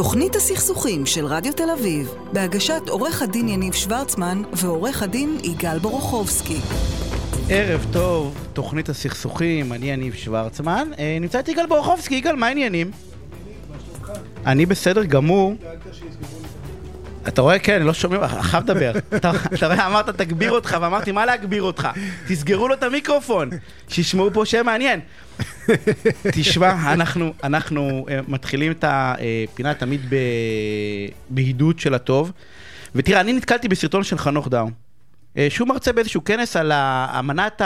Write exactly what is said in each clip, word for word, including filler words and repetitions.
תוכנית הסכסוכים של רדיו תל אביב, בהגשת עורך הדין יניב שוורצמן ועורך הדין יגאל בורוכובסקי. ערב טוב, תוכנית הסכסוכים, אני יניב שוורצמן. אה, נמצא את יגאל בורוכובסקי. יגאל, מה העניינים? אני בסדר גמור. אתה רואה? כן, אני לא שומע, אחר דבר. אתה רואה, אמרת תגביר אותך, ואמרתי מה להגביר אותך? תסגרו לו את המיקרופון, שישמעו פה שם מעניין. תשמע, אנחנו, אנחנו מתחילים את הפינה תמיד בהידות של הטוב, ותראה, אני נתקלתי בסרטון של חנוך דאום, שהוא מרצה באיזשהו כנס על אמנת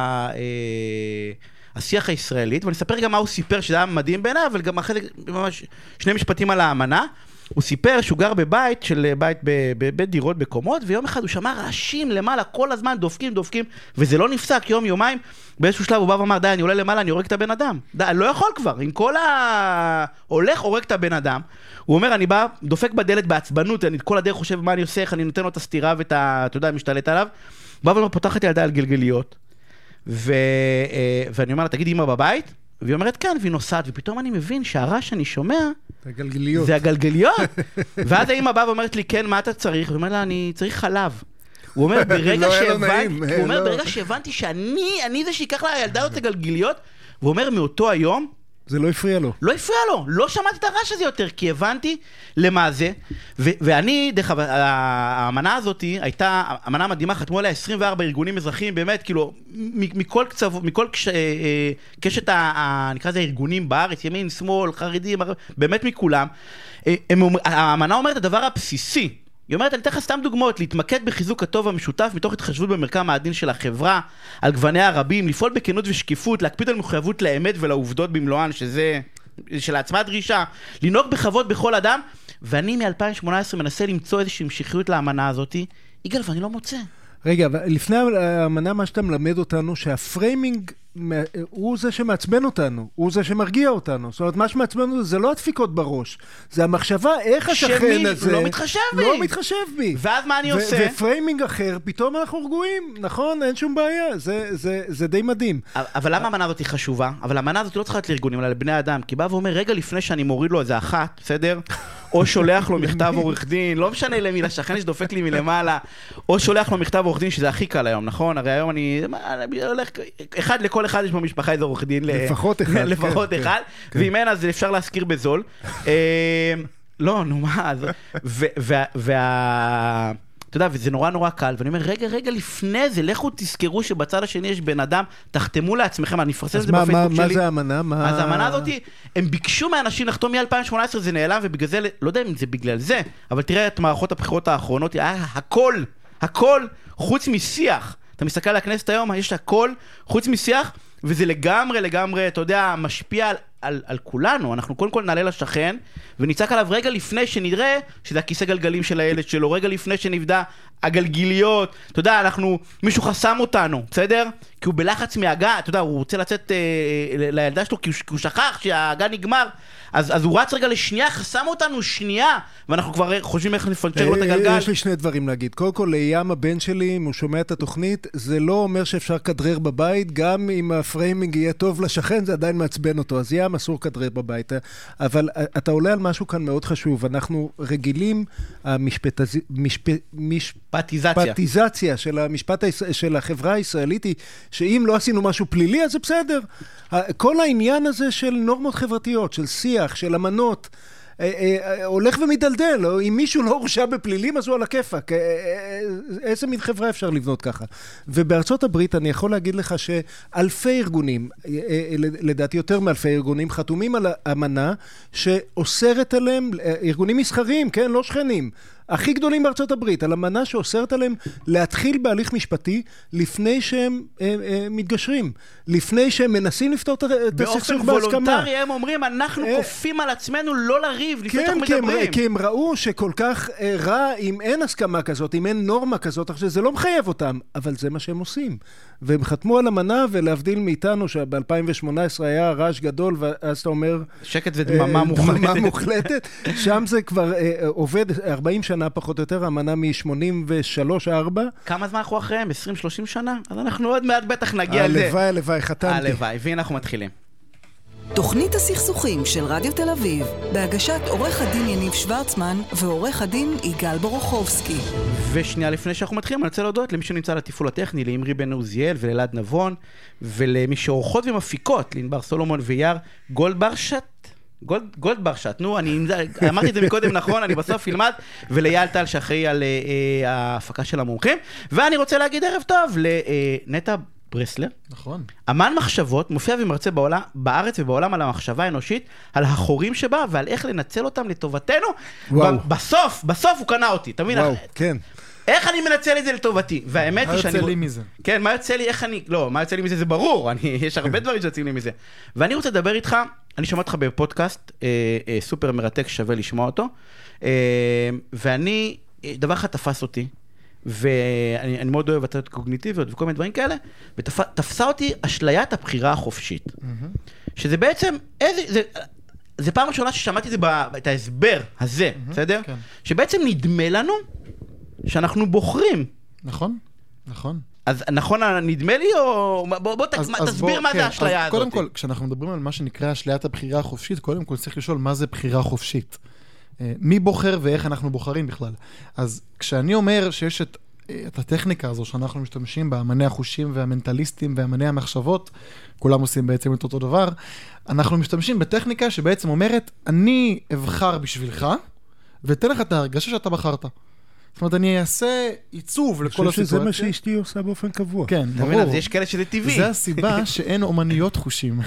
השיח הישראלית, ואני אספר גם מה הוא סיפר, שזה היה מדהים בעיניי, אבל גם אחרי זה ממש שני משפטים על האמנה. הוא סיפר שהוא גר בבית של בית בבית דירות בקומות, ויום אחד הוא שמע רעשים למעלה, כל הזמן דופקים, דופקים, וזה לא נפסק יום, יומיים. באיזשהו שלב הוא בא ואמר, די, אני עולה למעלה, אני הורג את הבן אדם. די, אני לא יכול כבר, עם כל ה... הולך, הורג את הבן אדם. הוא אומר, אני בא, דופק בדלת בעצבנות, אני כל הדרך חושב מה אני עושה, איך אני נותן לו את הסתירה ואת ה... אתה יודע, משתלט עליו. בא ואומר, פותחת ילדה על גלגליות, ו... ואני אומר לה, תגיד, אמא בבית? והיא אומרת כן, והיא נוסעת, ופתאום אני מבין שהרעש שאני שומע הגלגליות. זה הגלגליות. ואז האמא באה ואומרת לי, כן, מה אתה צריך? והיא אומרת לה, אני צריך חלב. הוא אומר, ברגע שהבנתי, הוא אומר, ברגע שהבנתי שאני, אני זה שיקח לה הילדה אותה גלגליות, והוא אומר, מאותו היום, זה לא הפריע לו. לא הפריע לו, לא שמעתי את הרעש הזה יותר, כי הבנתי למה זה, ו- ואני, דרך אגב, האמנה הזאת הייתה, אמנה מדהימה, חתמו עליה עשרים וארבעה ארגונים אזרחיים, באמת, כאילו, מכל קצב, מכל קש, קשת, ה- נקרא זה ארגונים בארץ, ימין, שמאל, חרדים, באמת מכולם. הם, האמנה אומרת הדבר הבסיסי, היא אומרת, אני אתן לך סתם דוגמאות, להתמקד בחיזוק הטוב המשותף מתוך התחשבות במרקם העדין של החברה, על גווניה הרבים, לפעול בכנות ושקיפות, להקפיד על מחויבות לאמת ולעובדות במלואן, שזה שלעצמה דרישה, לנהוג בכבוד בכל אדם, ואני מ-אלפיים שמונה עשרה מנסה למצוא איזושהי המשכיות לאמנה הזאת, יגאל, ואני לא מוצא. רגע, לפני האמנה, מה שאתה מלמד אותנו, שהפריימינג הוא זה שמעצבן אותנו, הוא זה שמרגיע אותנו. זאת אומרת, מה שמעצבן אותנו זה לא הדפיקות בראש, זה המחשבה איך השכן הזה לא מתחשב בי. לא מתחשב בי. ואז מה אני עושה? ופריימינג אחר, פתאום אנחנו רגועים, נכון? אין שום בעיה, זה, זה, זה די מדהים. אבל למה האמנה הזאת היא חשובה? אבל האמנה הזאת לא צריכה להיות לארגונים, אלא לבני אדם, כי בא ואומר, רגע לפני שאני מוריד לו איזה אחת, בסדר? או שולח לו מכתב עורך דין, לא משנה למי, לשכן שדופק לי מלמעלה, או שולח לו מכתב עורך דין, שזה הכי קל היום, נכון? הרי היום אני, אני הולך, אחד לכל אחד יש במשפחה איזה עורך דין, לפחות אחד, לפחות כן, אחד, כן. ואם אין אז אפשר להזכיר בזול. לא, נו מה, וה... אתה יודע, וזה נורא נורא קל, ואני אומר, רגע, רגע, לפני זה, לכו תזכרו שבצד השני יש בן אדם, תחתמו לעצמכם, אני אפרסם את זה בפייסבוק שלי. מה זה האמנה? אז האמנה הזאת, הם ביקשו מהאנשים לחתום מ-אלפיים שמונה עשרה, זה נעלם, ובגלל זה, לא יודע אם זה בגלל זה, אבל תראה את מערכות הבחירות האחרונות, היה הכל, הכל, חוץ משיח. אתה מסתכל על הכנסת היום, יש הכל, חוץ משיח, וזה לגמרי, לגמרי, אתה יודע, משפיע על, על, על כולנו. אנחנו קודם כל נעלה לשכן, ונצעק עליו רגע לפני שנראה שזה הכיסא גלגלים של הילד שלו, רגע לפני שנבדה הגלגיליות. אתה יודע, אנחנו, מישהו חסם אותנו, בסדר? כי הוא בלחץ מהגן, אתה יודע, הוא רוצה לצאת אה, לילדה שלו, כי הוא, כי הוא שכח שהגן נגמר, אז, אז הוא רץ רגע לשנייה, חסם אותנו שנייה, ואנחנו כבר חושבים איך נפנצ'ר לו את הגלגל. יש לי שני דברים להגיד. קודם כל, לים הבן שלי, אם הוא שומע את התוכנית, זה לא אומר שאפשר כדרר בבית, גם אם הפריימינג יהיה טוב לשכן, זה עדיין מעצבן אותו, אז ים אסור כדרר בבית. אבל אתה עולה על משהו כאן מאוד חשוב, אנחנו רגילים, המשפטז... משפ... משפטיזציה של המשפט של החברה הישראלית היא שאם לא עשינו משהו פלילי, אז זה בסדר. כל העניין הזה של נורמות חברתיות, של שיח, של אמנות, הולך ומדלדל. אם מישהו לא הורשע בפלילים, אז הוא על הכיפק. איזה מין חברה אפשר לבנות ככה? ובארצות הברית אני יכול להגיד לך שאלפי ארגונים, לדעתי יותר מאלפי ארגונים, חתומים על האמנה שאוסרת עליהם, ארגונים מסחריים, כן? לא שכנים. הכי גדולים בארצות הברית, על אמנה שאוסרת עליהם להתחיל בהליך משפטי לפני שהם אה, אה, מתגשרים, לפני שהם מנסים לפתור את הסכסוך בהסכמה. באופן וולונטרי הם אומרים, אנחנו אה, כופים על עצמנו לא לריב, לפני כן, שאנחנו מדברים. כן, כי הם ראו שכל כך אה, רע אם אין הסכמה כזאת, אם אין נורמה כזאת, עכשיו זה לא מחייב אותם, אבל זה מה שהם עושים. והם חתמו על אמנה, ולהבדיל מאיתנו שב-אלפיים שמונה עשרה היה רעש גדול, ואז אתה אומר... שקט ודממה מוחלטת. דממה מוחלטת. שם זה כבר אה, עובד ארבעים שנה פחות או יותר, האמנה מ-שמונים ושלוש ארבע. כמה זמן אנחנו אחריהם? עשרים שלושים שנה? אז אנחנו עוד מעט בטח נגיע לזה. הלוואי, הלוואי, חתמתי. הלוואי, והנה אנחנו מתחילים. תוכנית הסכסוכים של רדיו תל אביב, בהגשת עורך הדין יניב שוורצמן ועורך הדין יגאל בורוכובסקי. ושנייה לפני שאנחנו מתחילים, אני רוצה להודות למי שנמצא לתפעול הטכני, לאמרי בן עוזיאל ולאלעד נבון, ולמי שעורכות ומפיקות, לענבר סולומון ויער גולדברשט. גולד, גולדברשט, נו, אני אמרתי את זה מקודם נכון, אני בסוף אלמד, ולאייל טל שאחראי על אה, ההפקה של המומחים, ואני רוצה להגיד ערב טוב לנטע ברסלר. נכון. אמן מחשבות, מופיע ומרצה בעולם, בארץ ובעולם על המחשבה האנושית, על החורים שבה ועל איך לנצל אותם לטובתנו. וואו. בסוף, בסוף הוא קנה אותי, תבין? וואו, כן. איך אני מנצל את זה לטובתי? והאמת היא שאני... מה יוצא לי מזה? כן, מה יוצא לי, איך אני... לא, מה יוצא לי מזה זה ברור, אני... יש הרבה דברים שיוצאים לי מזה. ואני רוצה לדבר איתך, אני שומע אותך בפודקאסט, אה, אה, סופר מרתק, שווה לשמוע אותו, אה, ואני, דבר אחד תפס אותי, ואני אני מאוד אוהב התת קוגניטיביות וכל מיני דברים כאלה, ותפסה אותי אשליית הבחירה החופשית. שזה בעצם, איזה, זה, זה פעם ראשונה ששמעתי את זה, את ההסבר הזה, בסדר? שבעצם נדמה לנו שאנחנו בוחרים. נכון, נכון. אז נכון נדמה לי, או בוא, בוא אז, תסביר אז מה כן, זה האשליה הזאת. קודם כל, כשאנחנו מדברים על מה שנקרא אשליית הבחירה החופשית, קודם כל צריך לשאול מה זה בחירה חופשית. מי בוחר ואיך אנחנו בוחרים בכלל. אז כשאני אומר שיש את, את הטכניקה הזו שאנחנו משתמשים בה, אמני החושים והמנטליסטים ואמני המחשבות, כולם עושים בעצם את אותו דבר, אנחנו משתמשים בטכניקה שבעצם אומרת, אני אבחר בשבילך, ותן לך את ההרגשה שאתה בחרת. זאת אומרת, אני אעשה עיצוב לכל הסיטואציה. אני חושב שזה מה שאשתי עושה באופן קבוע. כן, ברור. אז יש כאלה שזה טבעי. זה הסיבה שאין אומניות חושים.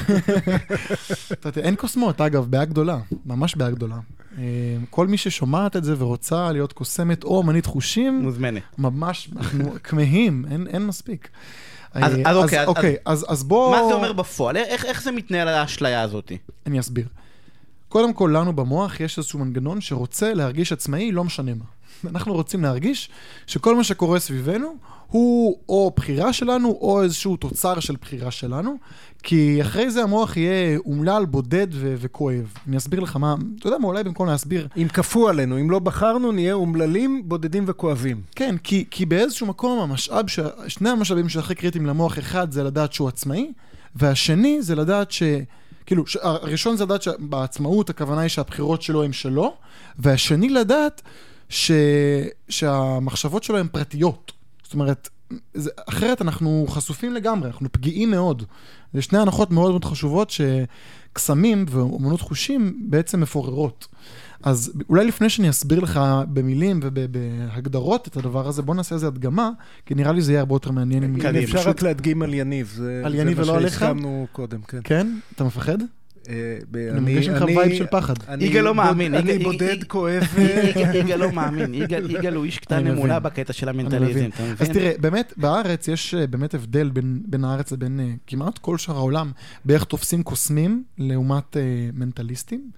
אין קוסמות, אגב, בעיה גדולה, ממש בעיה גדולה. כל מי ששומעת את זה ורוצה להיות קוסמת או אומנית חושים, מוזמנת. ממש, אנחנו כמהים, אין מספיק. אז אוקיי, אוקיי, אז בוא... מה זה אומר בפועל? איך זה מתנהל על האשליה הזאת? אני אסביר. קודם כל, לנו במוח יש איזשהו מנגנון שרוצה להרגיש עצמאי, לא משנה מה. אנחנו רוצים להרגיש שכל מה שקורה סביבנו הוא או בחירה שלנו או איזשהו תוצר של בחירה שלנו, כי אחרי זה המוח יהיה אומלל, בודד ו- וכואב. אני אסביר לך מה, אתה יודע מה, אולי במקום להסביר. אם כפו עלינו, אם לא בחרנו, נהיה אומללים, בודדים וכואבים. כן, כי, כי באיזשהו מקום המשאב, ש... שני המשאבים שהכי קריטיים למוח, אחד זה לדעת שהוא עצמאי, והשני זה לדעת ש... כאילו, הראשון זה לדעת שבעצמאות הכוונה היא שהבחירות שלו הם שלו, והשני לדעת ש... שהמחשבות שלו הן פרטיות. זאת אומרת, זה... אחרת אנחנו חשופים לגמרי, אנחנו פגיעים מאוד. יש שני הנחות מאוד מאוד חשובות שקסמים ואומנות חושים בעצם מפוררות. אז אולי לפני שאני אסביר לך במילים ובהגדרות את הדבר הזה, בוא נעשה איזה הדגמה, כי נראה לי זה יהיה הרבה יותר מעניין. אם אפשר רק להדגים על יניב. על יניב ולא עליך? זה מה שהסכמנו קודם, כן. כן? אתה מפחד? אני מרגיש לך וייב של פחד. יגאל לא מאמין. אני בודד, כואב. יגאל לא מאמין. יגאל הוא איש קטן אמונה בקטע של המנטליזם. אז תראה, באמת, בארץ יש באמת הבדל בין הארץ לבין כמעט כל שאר העולם, באיך תופסים קוסמים לעומת מנטליסטים.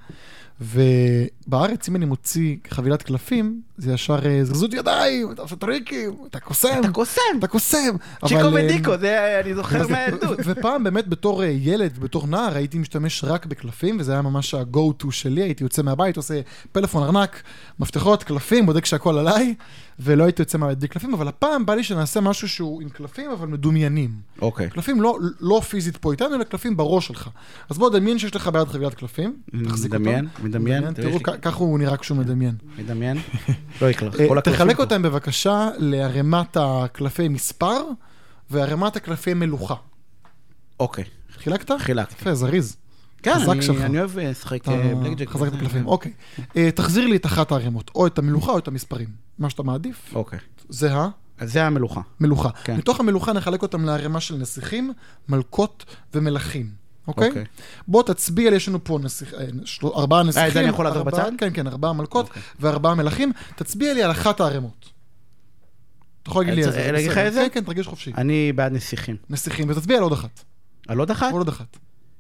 ובארץ, אם אני מוציא חבילת קלפים, זה ישר זרזות ידיים, אתה עושה טריקים, אתה קוסם. אתה קוסם. אתה קוסם. צ'יקו ודיקו, זה אני זוכר מהעדות. ופעם באמת בתור ילד, בתור נער, הייתי משתמש רק בקלפים, וזה היה ממש ה-go-to שלי, הייתי יוצא מהבית, עושה פלאפון ארנק, מפתחות, קלפים, בודק שהכל עליי, ולא הייתי יוצא מהבית בלי קלפים, אבל הפעם בא לי שנעשה משהו שהוא עם קלפים, אבל מדומיינים. אוקיי. קלפים לא, לא פיזית פה איתנו, אלא קלפים בראש שלך. אז בוא, דמיין שיש לך ביד חבילת קלפים, תחזיק אותו. מדמיין, מדמיין. תראו, ככה הוא נראה כשהוא מדמיין. מדמיין. לא יקלח. תחלק אותם בבקשה להרמת הקלפי מספר, והרמת הקלפי מלוכה. אוקיי. חילקת? חילקתי. יפה, זריז. כן, אני אוהב לשחק בלקג'ק. חזק את הקלפים, אוקיי. תחזיר לי את אחת הרמות, או את המלוכה או את המספרים. מה שאתה מעדיף. אוקיי. זה ה? זה המלוכה. מלוכה. מתוך המלוכה נחלק אותם להרמה של נסיכים, מלכות ומלכים. אוקיי? בוא תצביע לי, יש לנו פה ארבעה נסיכים. אה, זה אני יכול לעזור בצד? כן, כן, ארבעה מלכות וארבעה מלכים. תצביע לי על אחת הרמות. אתה יכול להגיד לי איזה. להגיד לך איזה? כן, כן, תרגיש חופשי. אני בעד נסיכים. נסיכים, ותצביע על עוד אחת. על עוד אחת? על עוד אחת.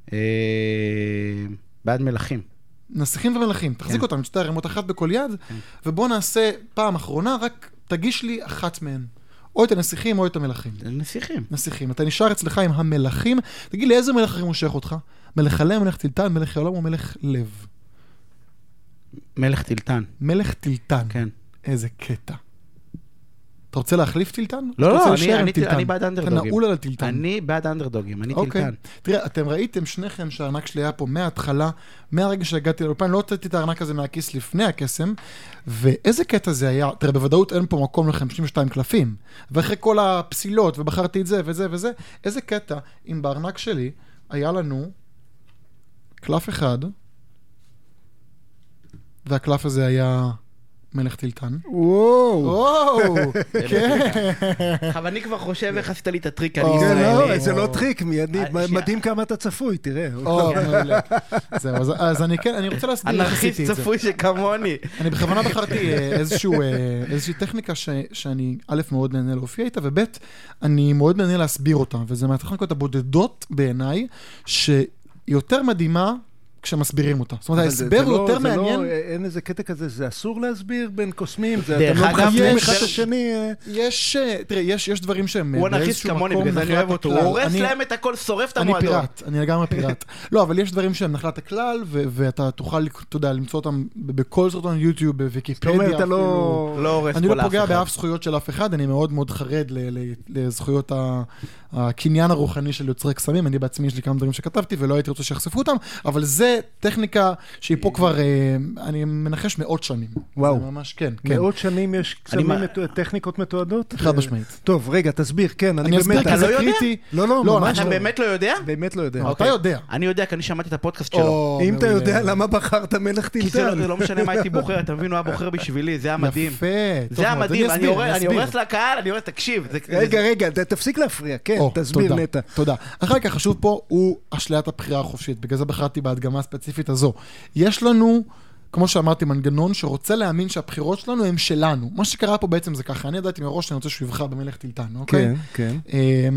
בעד מלכים. נסיכים ומלכים. תחזיק אותם, שתי הרמות אחת בכל יד, ובוא נעשה פעם אחרונה, רק תגיש לי אחת מהן. או את הנסיכים או את המלכים. נסיכים. נסיכים. אתה נשאר אצלך עם המלכים. תגיד לי, איזה מלך אחרי מושך אותך? מלך הלם, מלך טילטן, מלך העולם או מלך לב? מלך טילטן. מלך טילטן. כן. איזה קטע. אתה רוצה להחליף טילטן? לא, לא, אני בעד אנדרדוגים. אתה נעול על הטילטן. אני בעד אנדרדוגים, אני טילטן. תראה, אתם ראיתם שניכם שהארנק שלי היה פה מההתחלה, מהרגע שהגעתי לאולפן, לא הוצאתי את הארנק הזה מהכיס לפני הקסם, ואיזה קטע זה היה? תראה, בוודאות אין פה מקום ל-חמישים ושתיים קלפים, ואחרי כל הפסילות, ובחרתי את זה וזה וזה, איזה קטע, אם בארנק שלי היה לנו קלף אחד, והקלף הזה היה מלך טילטן. וואו. וואו, כן. אבל אני כבר חושב איך עשית לי את הטריק זה לא, זה לא טריק, מדהים כמה אתה צפוי, תראה. זהו, אז אני כן, אני רוצה להסביר איך עשיתי את זה. אנרכיסט צפוי שכמוני. אני בכוונה בחרתי איזושהי טכניקה שאני א' מאוד נהנה להופיע איתה, וב' אני מאוד נהנה להסביר אותה, וזה מהטכניקות הבודדות בעיניי, שיותר מדהימה, כשמסבירים אותה. זאת אומרת, ההסבר הוא יותר מעניין. אין איזה קטע כזה, זה אסור להסביר בין קוסמים, דרך אתם לא אגב, מחפשים אחד השני. יש, תראה, יש דברים שהם הוא אנרכיסט כמוני, בגלל זה אני אוהב אותו. הוא הורס להם את הכל, שורף את המועדון. אני פיראט, אני לגמרי פיראט. לא, אבל יש דברים שהם נחלת הכלל, ואתה תוכל, אתה יודע, למצוא אותם בכל סרטון יוטיוב, בוויקיפדיה. זאת אומרת, אתה לא... אני לא פוגע באף זכויות של אף אחד, אני מאוד מאוד חרד לזכויות הקניין הרוחני של יוצרי קסמים. אני בעצמי יש לי כמה דברים שכתבתי ולא הייתי רוצה שיחשפו אותם, אבל זה טכניקה שהיא פה כבר, אני מנחש מאות שנים. וואו. זה ממש, כן. מאות שנים יש קסמים, טכניקות מתועדות? חד משמעית. טוב, רגע, תסביר, כן, אני באמת... אני אסביר, כי זה קריטי. לא, לא, ממש לא. אתה באמת לא יודע? באמת לא יודע. אתה יודע. אני יודע, כי אני שמעתי את הפודקאסט שלו. אם אתה יודע, למה בחרת מלך כי טילטן? זה לא משנה מה הייתי בוחר, אתה מבין, הוא היה בוחר בשבילי, זה היה מדהים. יפה. זה היה מדהים, אני הורס לקהל, אני הורס, תקשיב. רגע, רגע, תפסיק להפריע, כן, תסביר נטע. תודה. אחר כך חשוב פה הוא אשליית הבחירה החופשית, בגלל זה בחרתי בהדגמה הספציפית הזו. יש לנו, כמו שאמרתי, מנגנון שרוצה להאמין שהבחירות שלנו הם שלנו. מה שקרה פה בעצם זה ככה, אני ידעתי מראש שאני רוצה שהוא יבחר במלך טילטן, אוקיי? כן, כן.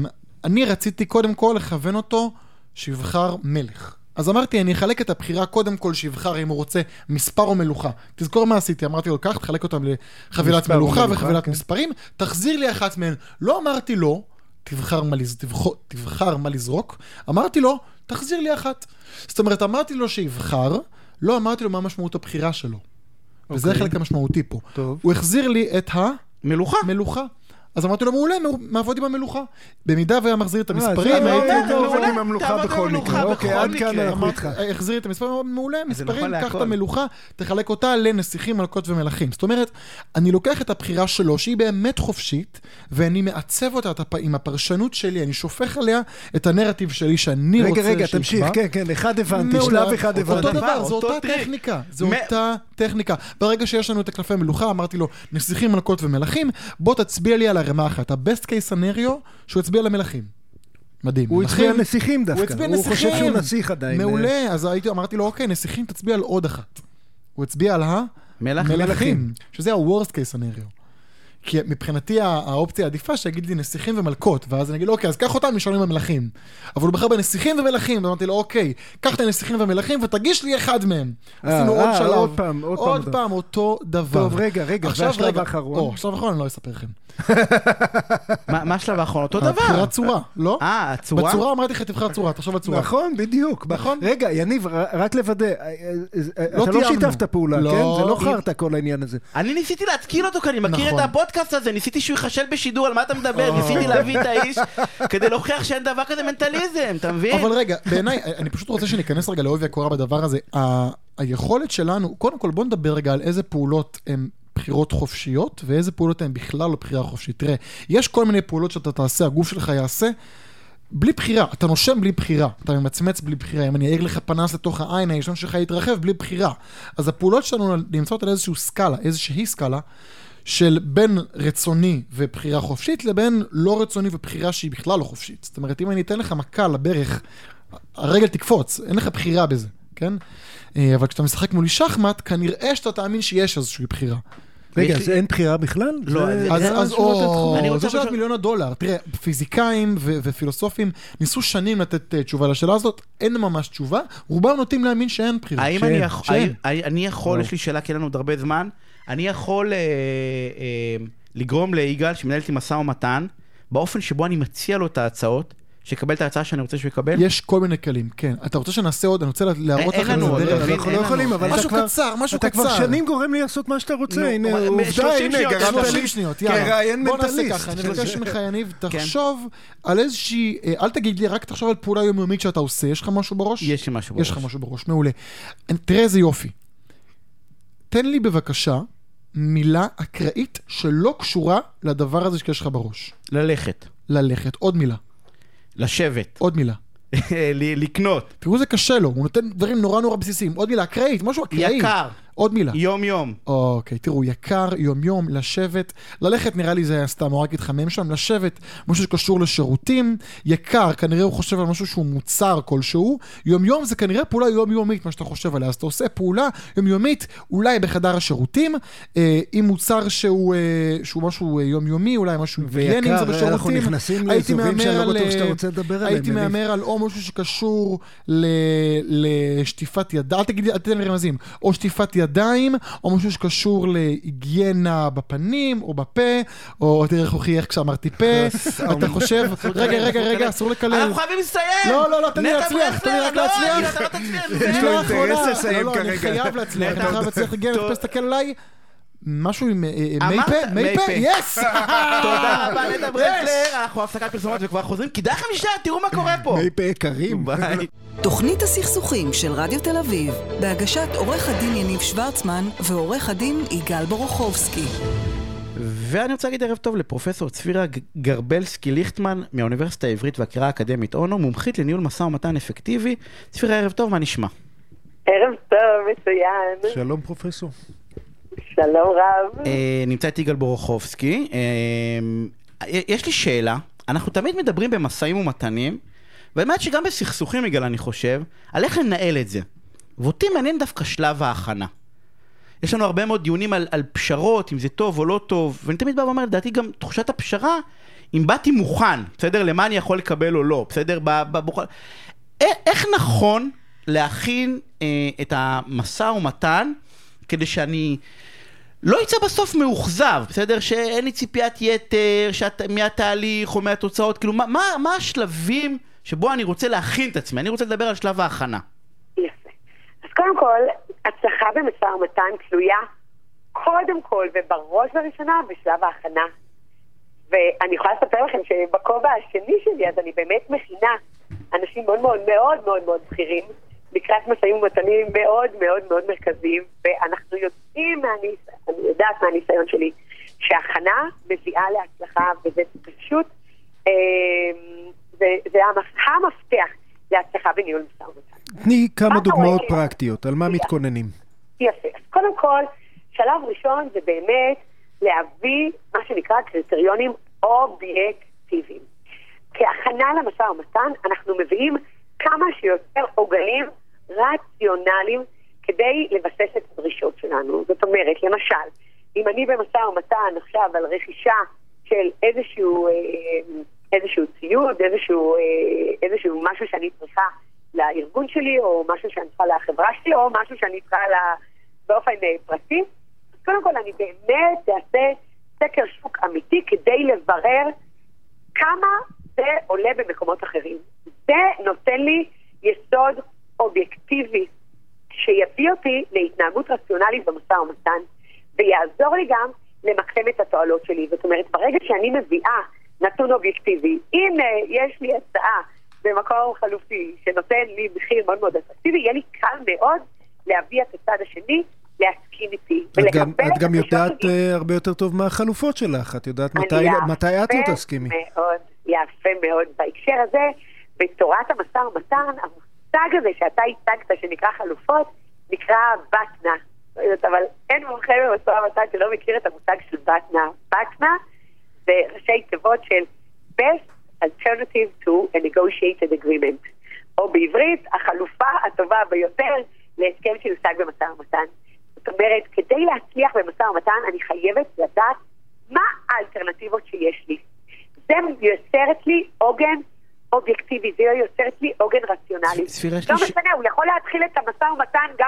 אני רציתי קודם כל לכוון אותו שיבחר מלך. אז אמרתי, אני אחלק את הבחירה קודם כל שיבחר אם הוא רוצה מספר או מלוכה. תזכור מה עשיתי, אמרתי לו, כך, תחלק אותם לחבילת מלוכה וחבילת מספרים, תחזיר לי אחת מהן. לא אמרתי לו, תבחר מה, תבחר, תבחר מה לזרוק, אמרתי לו, תחזיר לי אחת. זאת אומרת, אמרתי לו שיבחר, לא אמרתי לו מה משמעות הבחירה שלו. Okay. וזה החלק המשמעותי פה. טוב. הוא החזיר לי את המלוכה. מלוכה. אז אמרתי לו, מעולה, מעבוד עם המלוכה. במידה והיה מחזיר את המספרים, הייתי עובד עם המלוכה בכל מקרה. אוקיי, עד כאן אנחנו איתך. החזיר את המספרים, מעולה, מספרים, קח את המלוכה, תחלק אותה לנסיכים, מלכות ומלכים. זאת אומרת, אני לוקח את הבחירה שלו, שהיא באמת חופשית, ואני מעצב אותה עם הפרשנות שלי, אני שופך עליה את הנרטיב שלי שאני רוצה שיקבע. רגע, רגע, תמשיך, כן, כן, אחד הבנתי, שלב אחד הבנתי. אותו דבר, זו אותה טכניקה, זו אותה טכניקה. ברגע שיש לנו את הקלפי מלוכה, אמרתי לו, נסיכים, מלכות ומלכים, בוא תצביע לי על הרמה אחת. ה-best case scenario שהוא הצביע למלכים. מדהים. הוא הצביע נסיכים דווקא. הוא הצביע נסיכים. הוא חושב שהוא נסיך עדיין. מעולה. אז הייתי, אמרתי לו, אוקיי, נסיכים תצביע על עוד אחת. הוא הצביע על המלכים. שזה ה-worst case scenario. כי מבחינתי האופציה העדיפה שיגיד לי נסיכים ומלכות, ואז אני אגיד לו, אוקיי, אז קח אותם, נשארים במלכים. אבל הוא בחר בנסיכים ומלכים, ואמרתי לו, אוקיי, קח את הנסיכים ומלכים ותגיש לי אחד מהם. עשינו עוד שלב. עוד פעם, עוד פעם, אותו דבר. טוב, רגע, רגע, זה השלב האחרון. או, השלב האחרון אני לא אספר לכם. מה השלב האחרון? אותו דבר. הבחירת צורה, לא? אה, הצורה? בצורה אמרתי לך, תבחר צורה, תחשוב בצורה. נכון, בדיוק. נכון. רגע, יניב, רק לוודא, אתה לא שיתפת פעולה, כן? זה לא חרת כל העניין הזה. אני ניסיתי להתקיל אותו, כי אני מכיר את הפודקאסט הזה, ניסיתי שהוא יחשל בשידור, על מה אתה מדבר? ניסיתי להביא את האיש כדי להוכיח שאין דבר כזה מנטליזם, אתה מבין? אבל רגע, בעיניי, אני פשוט רוצה שניכנס רגע לעובי הקורה בדבר הזה. היכולת שלנו, קודם כל בוא נדבר רגע על איזה פעולות הן בחירות חופשיות, ואיזה פעולות הן בכלל לא בחירה חופשית. תראה, יש כל מיני פעולות שאתה תעשה, הגוף שלך יעשה, בלי בחירה, אתה נושם בלי בחירה, אתה ממצמץ בלי בחירה, אם אני אעיר לך פנס לתוך העין, הישון שלך יתרחב בלי בחירה. אז הפעולות שלנו נמצאות על איזושהי סקאלה, איזושהי סקאלה, של בין רצוני ובחירה חופשית, לבין לא רצוני ובחירה שהיא בכלל לא חופשית. זאת אומרת, אם אני אתן לך מכה לברך, הרגל תקפוץ, אין לך בחירה בזה, כן? אבל כשאתה משחק מולי שחמט, כנראה שאתה תאמין שיש איזושהי בחירה. רגע, אז אין בחירה בכלל? לא, אז או, זה שאלת מיליון הדולר. תראה, פיזיקאים ופילוסופים ניסו שנים לתת תשובה לשאלה הזאת, אין ממש תשובה, רובם נוטים להאמין שאין בחירה. האם אני יכול, יש לי שאלה, כי אין לנו עוד הרבה זמן, אני יכול לגרום ליגאל שמנהל איתי משא ומתן, באופן שבו אני מציע לו את ההצעות, שיקבל את ההצעה שאני רוצה שהוא יקבל? יש כל מיני כלים, כן. אתה רוצה שנעשה עוד, אני רוצה להראות אין לכם לנו עוד, את הדרך. מבין, אנחנו אין לא לנו. יכולים, אבל משהו אתה כבר... קצר, משהו אתה קצר. כבר שנים גורם לי לעשות מה שאתה רוצה, נו, הנה, אבל- עובדה, שלושים הנה, שניות, גרמת שלושים לי שניות, יאללה. כראיין בוא נעשה מנטליסט. ככה, אני מבקש ממך יניב, תחשוב על איזושהי, אל תגיד לי, רק תחשוב על פעולה יומיומית שאתה עושה, יש לך משהו בראש? יש לי משהו בראש. יש לך משהו בראש, מעולה. תראה איזה יופי. תן לי בבקשה מילה אקראית שלא קשורה לדבר הזה שיש לך בראש. ללכת. ללכת, עוד מילה, לשבת. עוד מילה. ל- לקנות. תראו זה קשה לו, הוא נותן דברים נורא נורא בסיסיים. עוד מילה אקראית, משהו אקראי. יקר. עוד מילה. יום יום. אוקיי, תראו, יקר, יום יום, לשבת, ללכת נראה לי זה היה סתם, הוא רק התחמם שם, לשבת, משהו שקשור לשירותים, יקר, כנראה הוא חושב על משהו שהוא מוצר כלשהו, יום יום זה כנראה פעולה יום יומית, מה שאתה חושב עליה, אז אתה עושה פעולה יום יומית, אולי בחדר השירותים, אה, עם מוצר שהוא, אה, שהוא משהו יום יומי, אולי משהו היגייני, זה בשירותים. אנחנו נכנסים הייתי לאזורים שאני מהמר לא על, בטוח שאתה רוצה לדבר עליהם. הייתי מהמר על או משהו שקשור ל- לשטיפת ידיים, אל תגיד, אל תתן לי רמזים, או שטיפת ידיים, או משהו שקשור להיגיינה בפנים, או בפה, או תראה איך איך כשאמרתי פה, אתה חושב, רגע, רגע, רגע, אסור לקלל. אנחנו חייבים לסיים! לא, לא, לא, תן לי נטע להצליח, תן לי רק ברסלר, להצליח. לא, אתה לא תצליח. יש לו אינטרס לסיים לא, לא, אני כרגע. חייב להצליח, אני חייב להצליח, הגיע, טוב. תסתכל עליי, משהו עם אה, מי אמרת, פה, מי מי פה, פה. יס! תודה רבה, נטע ברסלר, אנחנו הפסקת פרסומות וכבר חוזרים, כדאי לכם לשאר, תראו מה קורה פה. מי פה יקרים. ביי. תוכנית הסכסוכים של רדיו תל אביב, בהגשת עורך הדין יניב שוורצמן ועורך הדין יגאל בורוכובסקי. ואני רוצה להגיד ערב טוב לפרופסור צפירה גרבלסקי ליכטמן מהאוניברסיטה העברית והקריאה האקדמית אונו, מומחית לניהול משא ומתן אפקטיבי. צפירה, ערב טוב, מה נשמע? ערב טוב, מצוין. שלום פרופסור. שלום רב. אה, נמצא את יגאל בורוכובסקי. אה, יש לי שאלה, אנחנו תמיד מדברים במשאים ומתנים, ובאמת שגם בסכסוכים, יגאל, אני חושב, על איך לנהל את זה. ואותי מעניין דווקא שלב ההכנה. יש לנו הרבה מאוד דיונים על, על פשרות, אם זה טוב או לא טוב, ואני תמיד בא ואומר, לדעתי גם תחושת הפשרה, אם באתי מוכן, בסדר? למה אני יכול לקבל או לא, בסדר? בבוחר... איך נכון להכין אה, את המשא ומתן, כדי שאני לא יצא בסוף מאוכזב, בסדר? שאין לי ציפיית יתר, שאת, מהתהליך או מהתוצאות, כאילו, מה, מה, מה השלבים שבו אני רוצה להכין את עצמי? אני רוצה לדבר על שלב ההכנה. יפה. אז קודם כל, הצלחה במשא ומתן תלויה קודם כל ובראש ובראשונה בשלב ההכנה. ואני יכולה לספר לכם שבכובע השני שלי, אז אני באמת מכינה אנשים מאוד מאוד מאוד מאוד מאוד בכירים, לקראת משאים ומתנים מאוד מאוד מאוד מרכזיים, ואנחנו יודעים, מהניס... אני יודעת מהניסיון שלי, שההכנה מביאה להצלחה, וזה פשוט, אה, זה, זה המפתח להצלחה בניהול משא ומתן. תני כמה דוגמאות רואה? פרקטיות, על מה מתכוננים. יפה. אז קודם כל, שלב ראשון זה באמת להביא מה שנקרא קריטריונים אובייקטיביים. כהכנה למשא ומתן, אנחנו מביאים כמה שיותר עוגנים רציונליים כדי לבסס את הדרישות שלנו. זאת אומרת, למשל, אם אני במשא ומתן עכשיו על רכישה של איזשהו, איזשהו ציוד, איזשהו, איזשהו משהו שאני צריכה לארגון שלי, או משהו שאני צריכה לחברה שלי, או משהו שאני צריכה לה, באופן פרטי, אז קודם כל אני באמת אעשה סקר שוק אמיתי כדי לברר כמה זה עולה במקומות אחרים. זה נותן לי יסוד אובייקטיבי שיביא אותי להתנהגות רציונלית במשא ומתן, ויעזור לי גם למקסם את התועלות שלי. זאת אומרת, ברגע שאני מביאה נתון אובייקטיבי, הנה יש לי הצעה במקום חלופי שנותן לי מחיר מאוד מאוד אטרקטיבי, יהיה לי קל מאוד להביא את הצד השני להסכים איתי. את גם, את גם יודעת uh, הרבה יותר טוב מה החלופות שלך, את יודעת מתי, מתי את לא תסכימי. מאוד, יפה מאוד. בהקשר הזה, בתורת המשא ומתן, המושג הזה שאתה הצגת שנקרא חלופות, נקרא בטנה. אבל אין מומחה במשא ומתן שלא מכיר את המושג של בטנה. בטנה זה ראשי תיבות של best alternative to a negotiated agreement. או בעברית, החלופה הטובה ביותר להסכם שיושג במשא ומתן. זאת אומרת, כדי להצליח במשא ומתן, אני חייבת לדעת מה האלטרנטיבות שיש לי. זה יוצרת לי עוגן אובייקטיבי, זה יוצרת לי עוגן רציונלי. לא משנה, הוא יכול להתחיל את המשא ומתן גם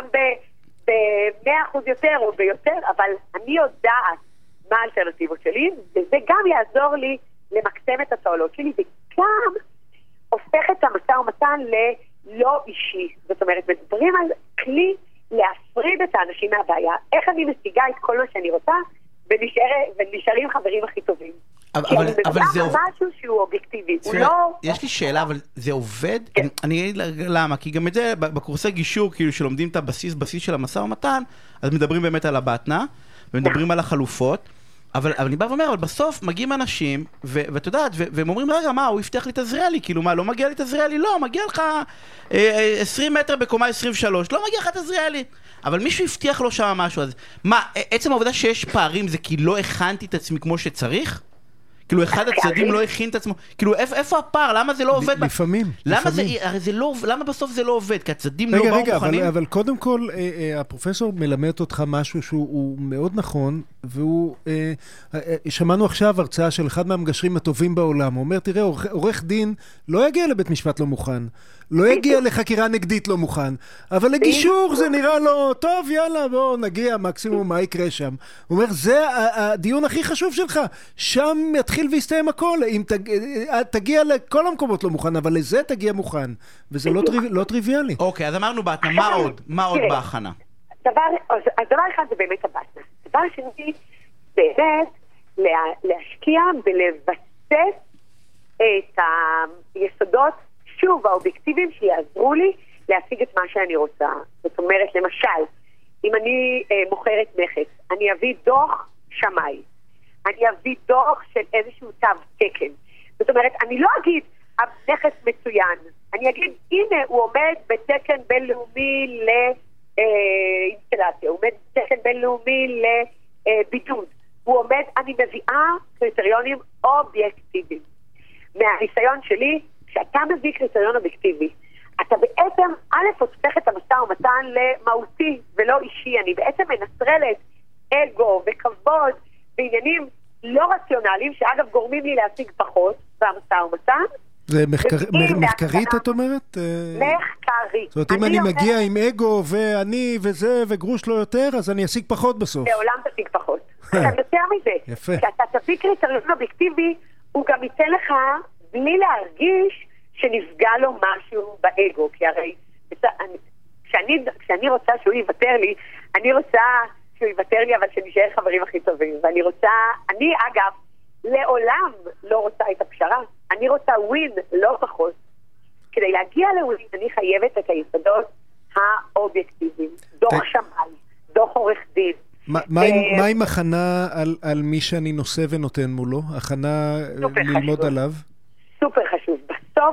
ב-מאה אחוז יותר או ביותר, אבל אני יודעת מה האלטרנטיבות שלי, וזה גם יעזור לי למקסם את התועלות שלי, וגם הופך את המשא ומתן ללא אישי. זאת אומרת, מדברים על כלי להפריד את האנשים מהבעיה. איך אני משיגה את כל מה שאני רוצה, ונשאר, ונשארים חברים הכי טובים. אבל, כי אבל, אני אבל מדבר זה על עובד. משהו שהוא אובייקטיבי. הוא תראה, לא... יש לי שאלה, אבל זה עובד? כן. אני- אני אגיד למה, כי גם את זה, בקורסי גישור, כאילו שלומדים את הבסיס, בסיס של המשא ומתן, אז מדברים באמת על הבטנה, ומדברים על החלופות, אבל, אבל אני בא ואומר, אבל בסוף מגיעים אנשים, ו- ואת יודעת, ו- והם אומרים, רגע, מה, הוא הבטיח לי תזריע לי, כאילו מה, לא מגיע לי תזריע לי? לא, מגיע לך אה, אה, עשרים מטר בקומה עשרים ושלוש, לא מגיע לך תזריע לי. אבל מישהו הבטיח לו שם משהו, אז מה, עצם העובדה שיש פערים זה כי לא הכנתי את עצמי כמו שצריך? כאילו אחד הצדדים לא הכין את עצמו, כאילו איפה, איפה הפער? למה זה לא עובד? לפעמים, למה זה, לפעמים. הרי זה לא, למה בסוף זה לא עובד? כי הצדדים לא רגע, באו רגע, מוכנים? אבל, אבל קודם כל, אה, אה, הפרופסור מלמד אותך משהו שהוא הוא מאוד נכון, והוא, אה, אה, שמענו עכשיו הרצאה של אחד מהמגשרים הטובים בעולם, הוא אומר, תראה, עורך, עורך דין לא יגיע לבית משפט לא מוכן, לא יגיע לחקירה נגדית לא מוכן, אבל לגישור זה נראה לו, טוב, יאללה, בואו נגיע, מקסימום מה יקרה שם. הוא אומר, זה ה- הדיון הכי חשוב שלך, שם יתחיל ויסתיים הכל, אם תג... תגיע לכל המקומות לא מוכן, אבל לזה תגיע מוכן, וזה לא, טריו... לא טריוויאלי. אוקיי, אז אמרנו בהתנה, מה עוד? מה עוד תראה, בהכנה? דבר, אז, אז דבר אחד זה באמת הבטנה. דבר שני, באמת לה, להשקיע ולבסס את היסודות, שוב, האובייקטיביים שיעזרו לי להשיג את מה שאני רוצה. זאת אומרת, למשל, אם אני אה, מוכרת נכס, אני אביא דוח שמאי. אני אביא דוח של איזשהו תו תקן. זאת אומרת, אני לא אגיד, הנכס מצוין. אני אגיד, הנה, הוא עומד בתקן בינלאומי לאינסטלציה, הוא עומד בתקן בינלאומי לבידוד. הוא עומד, אני מביאה קריטריונים אובייקטיביים. מהניסיון שלי, כשאתה מביא קריטריון אובייקטיבי, אתה בעצם, א', הופך את המשא ומתן למהותי ולא אישי. אני בעצם מנטרלת אגו וכבוד בעניינים לא רציונליים, שאגב גורמים לי להשיג פחות במשא ומתן. זה מחקר... ומגיעים מחקרית, להכנה- את אומרת? מחקרית. זאת אומרת, אם אני אומרת, מגיע עם אגו ואני וזה וגרוש לא יותר, אז אני אשיג פחות בסוף. לעולם תשיג פחות. עכשיו יותר מזה, יפה. כשאתה תביא קריטריון אובייקטיבי, הוא גם ייתן לך בלי להרגיש שנפגע לו משהו באגו, כי הרי כשאני, כשאני רוצה שהוא יוותר לי, אני רוצה שהוא יוותר לי, אבל שנשאר חברים הכי טובים, ואני רוצה, אני אגב, לעולם לא רוצה את הפשרה, אני רוצה ווין, לא פחות. כדי להגיע לווין, אני חייבת את היסודות האובייקטיביים, דוח ת- שמאי, דוח עורך דין. מה- מה עם- אה, מה עם הכנה על- על מי שאני נושא ונותן מולו? הכנה אה, סופר ללמוד חשוב. עליו? סופר חשוב. בסוף,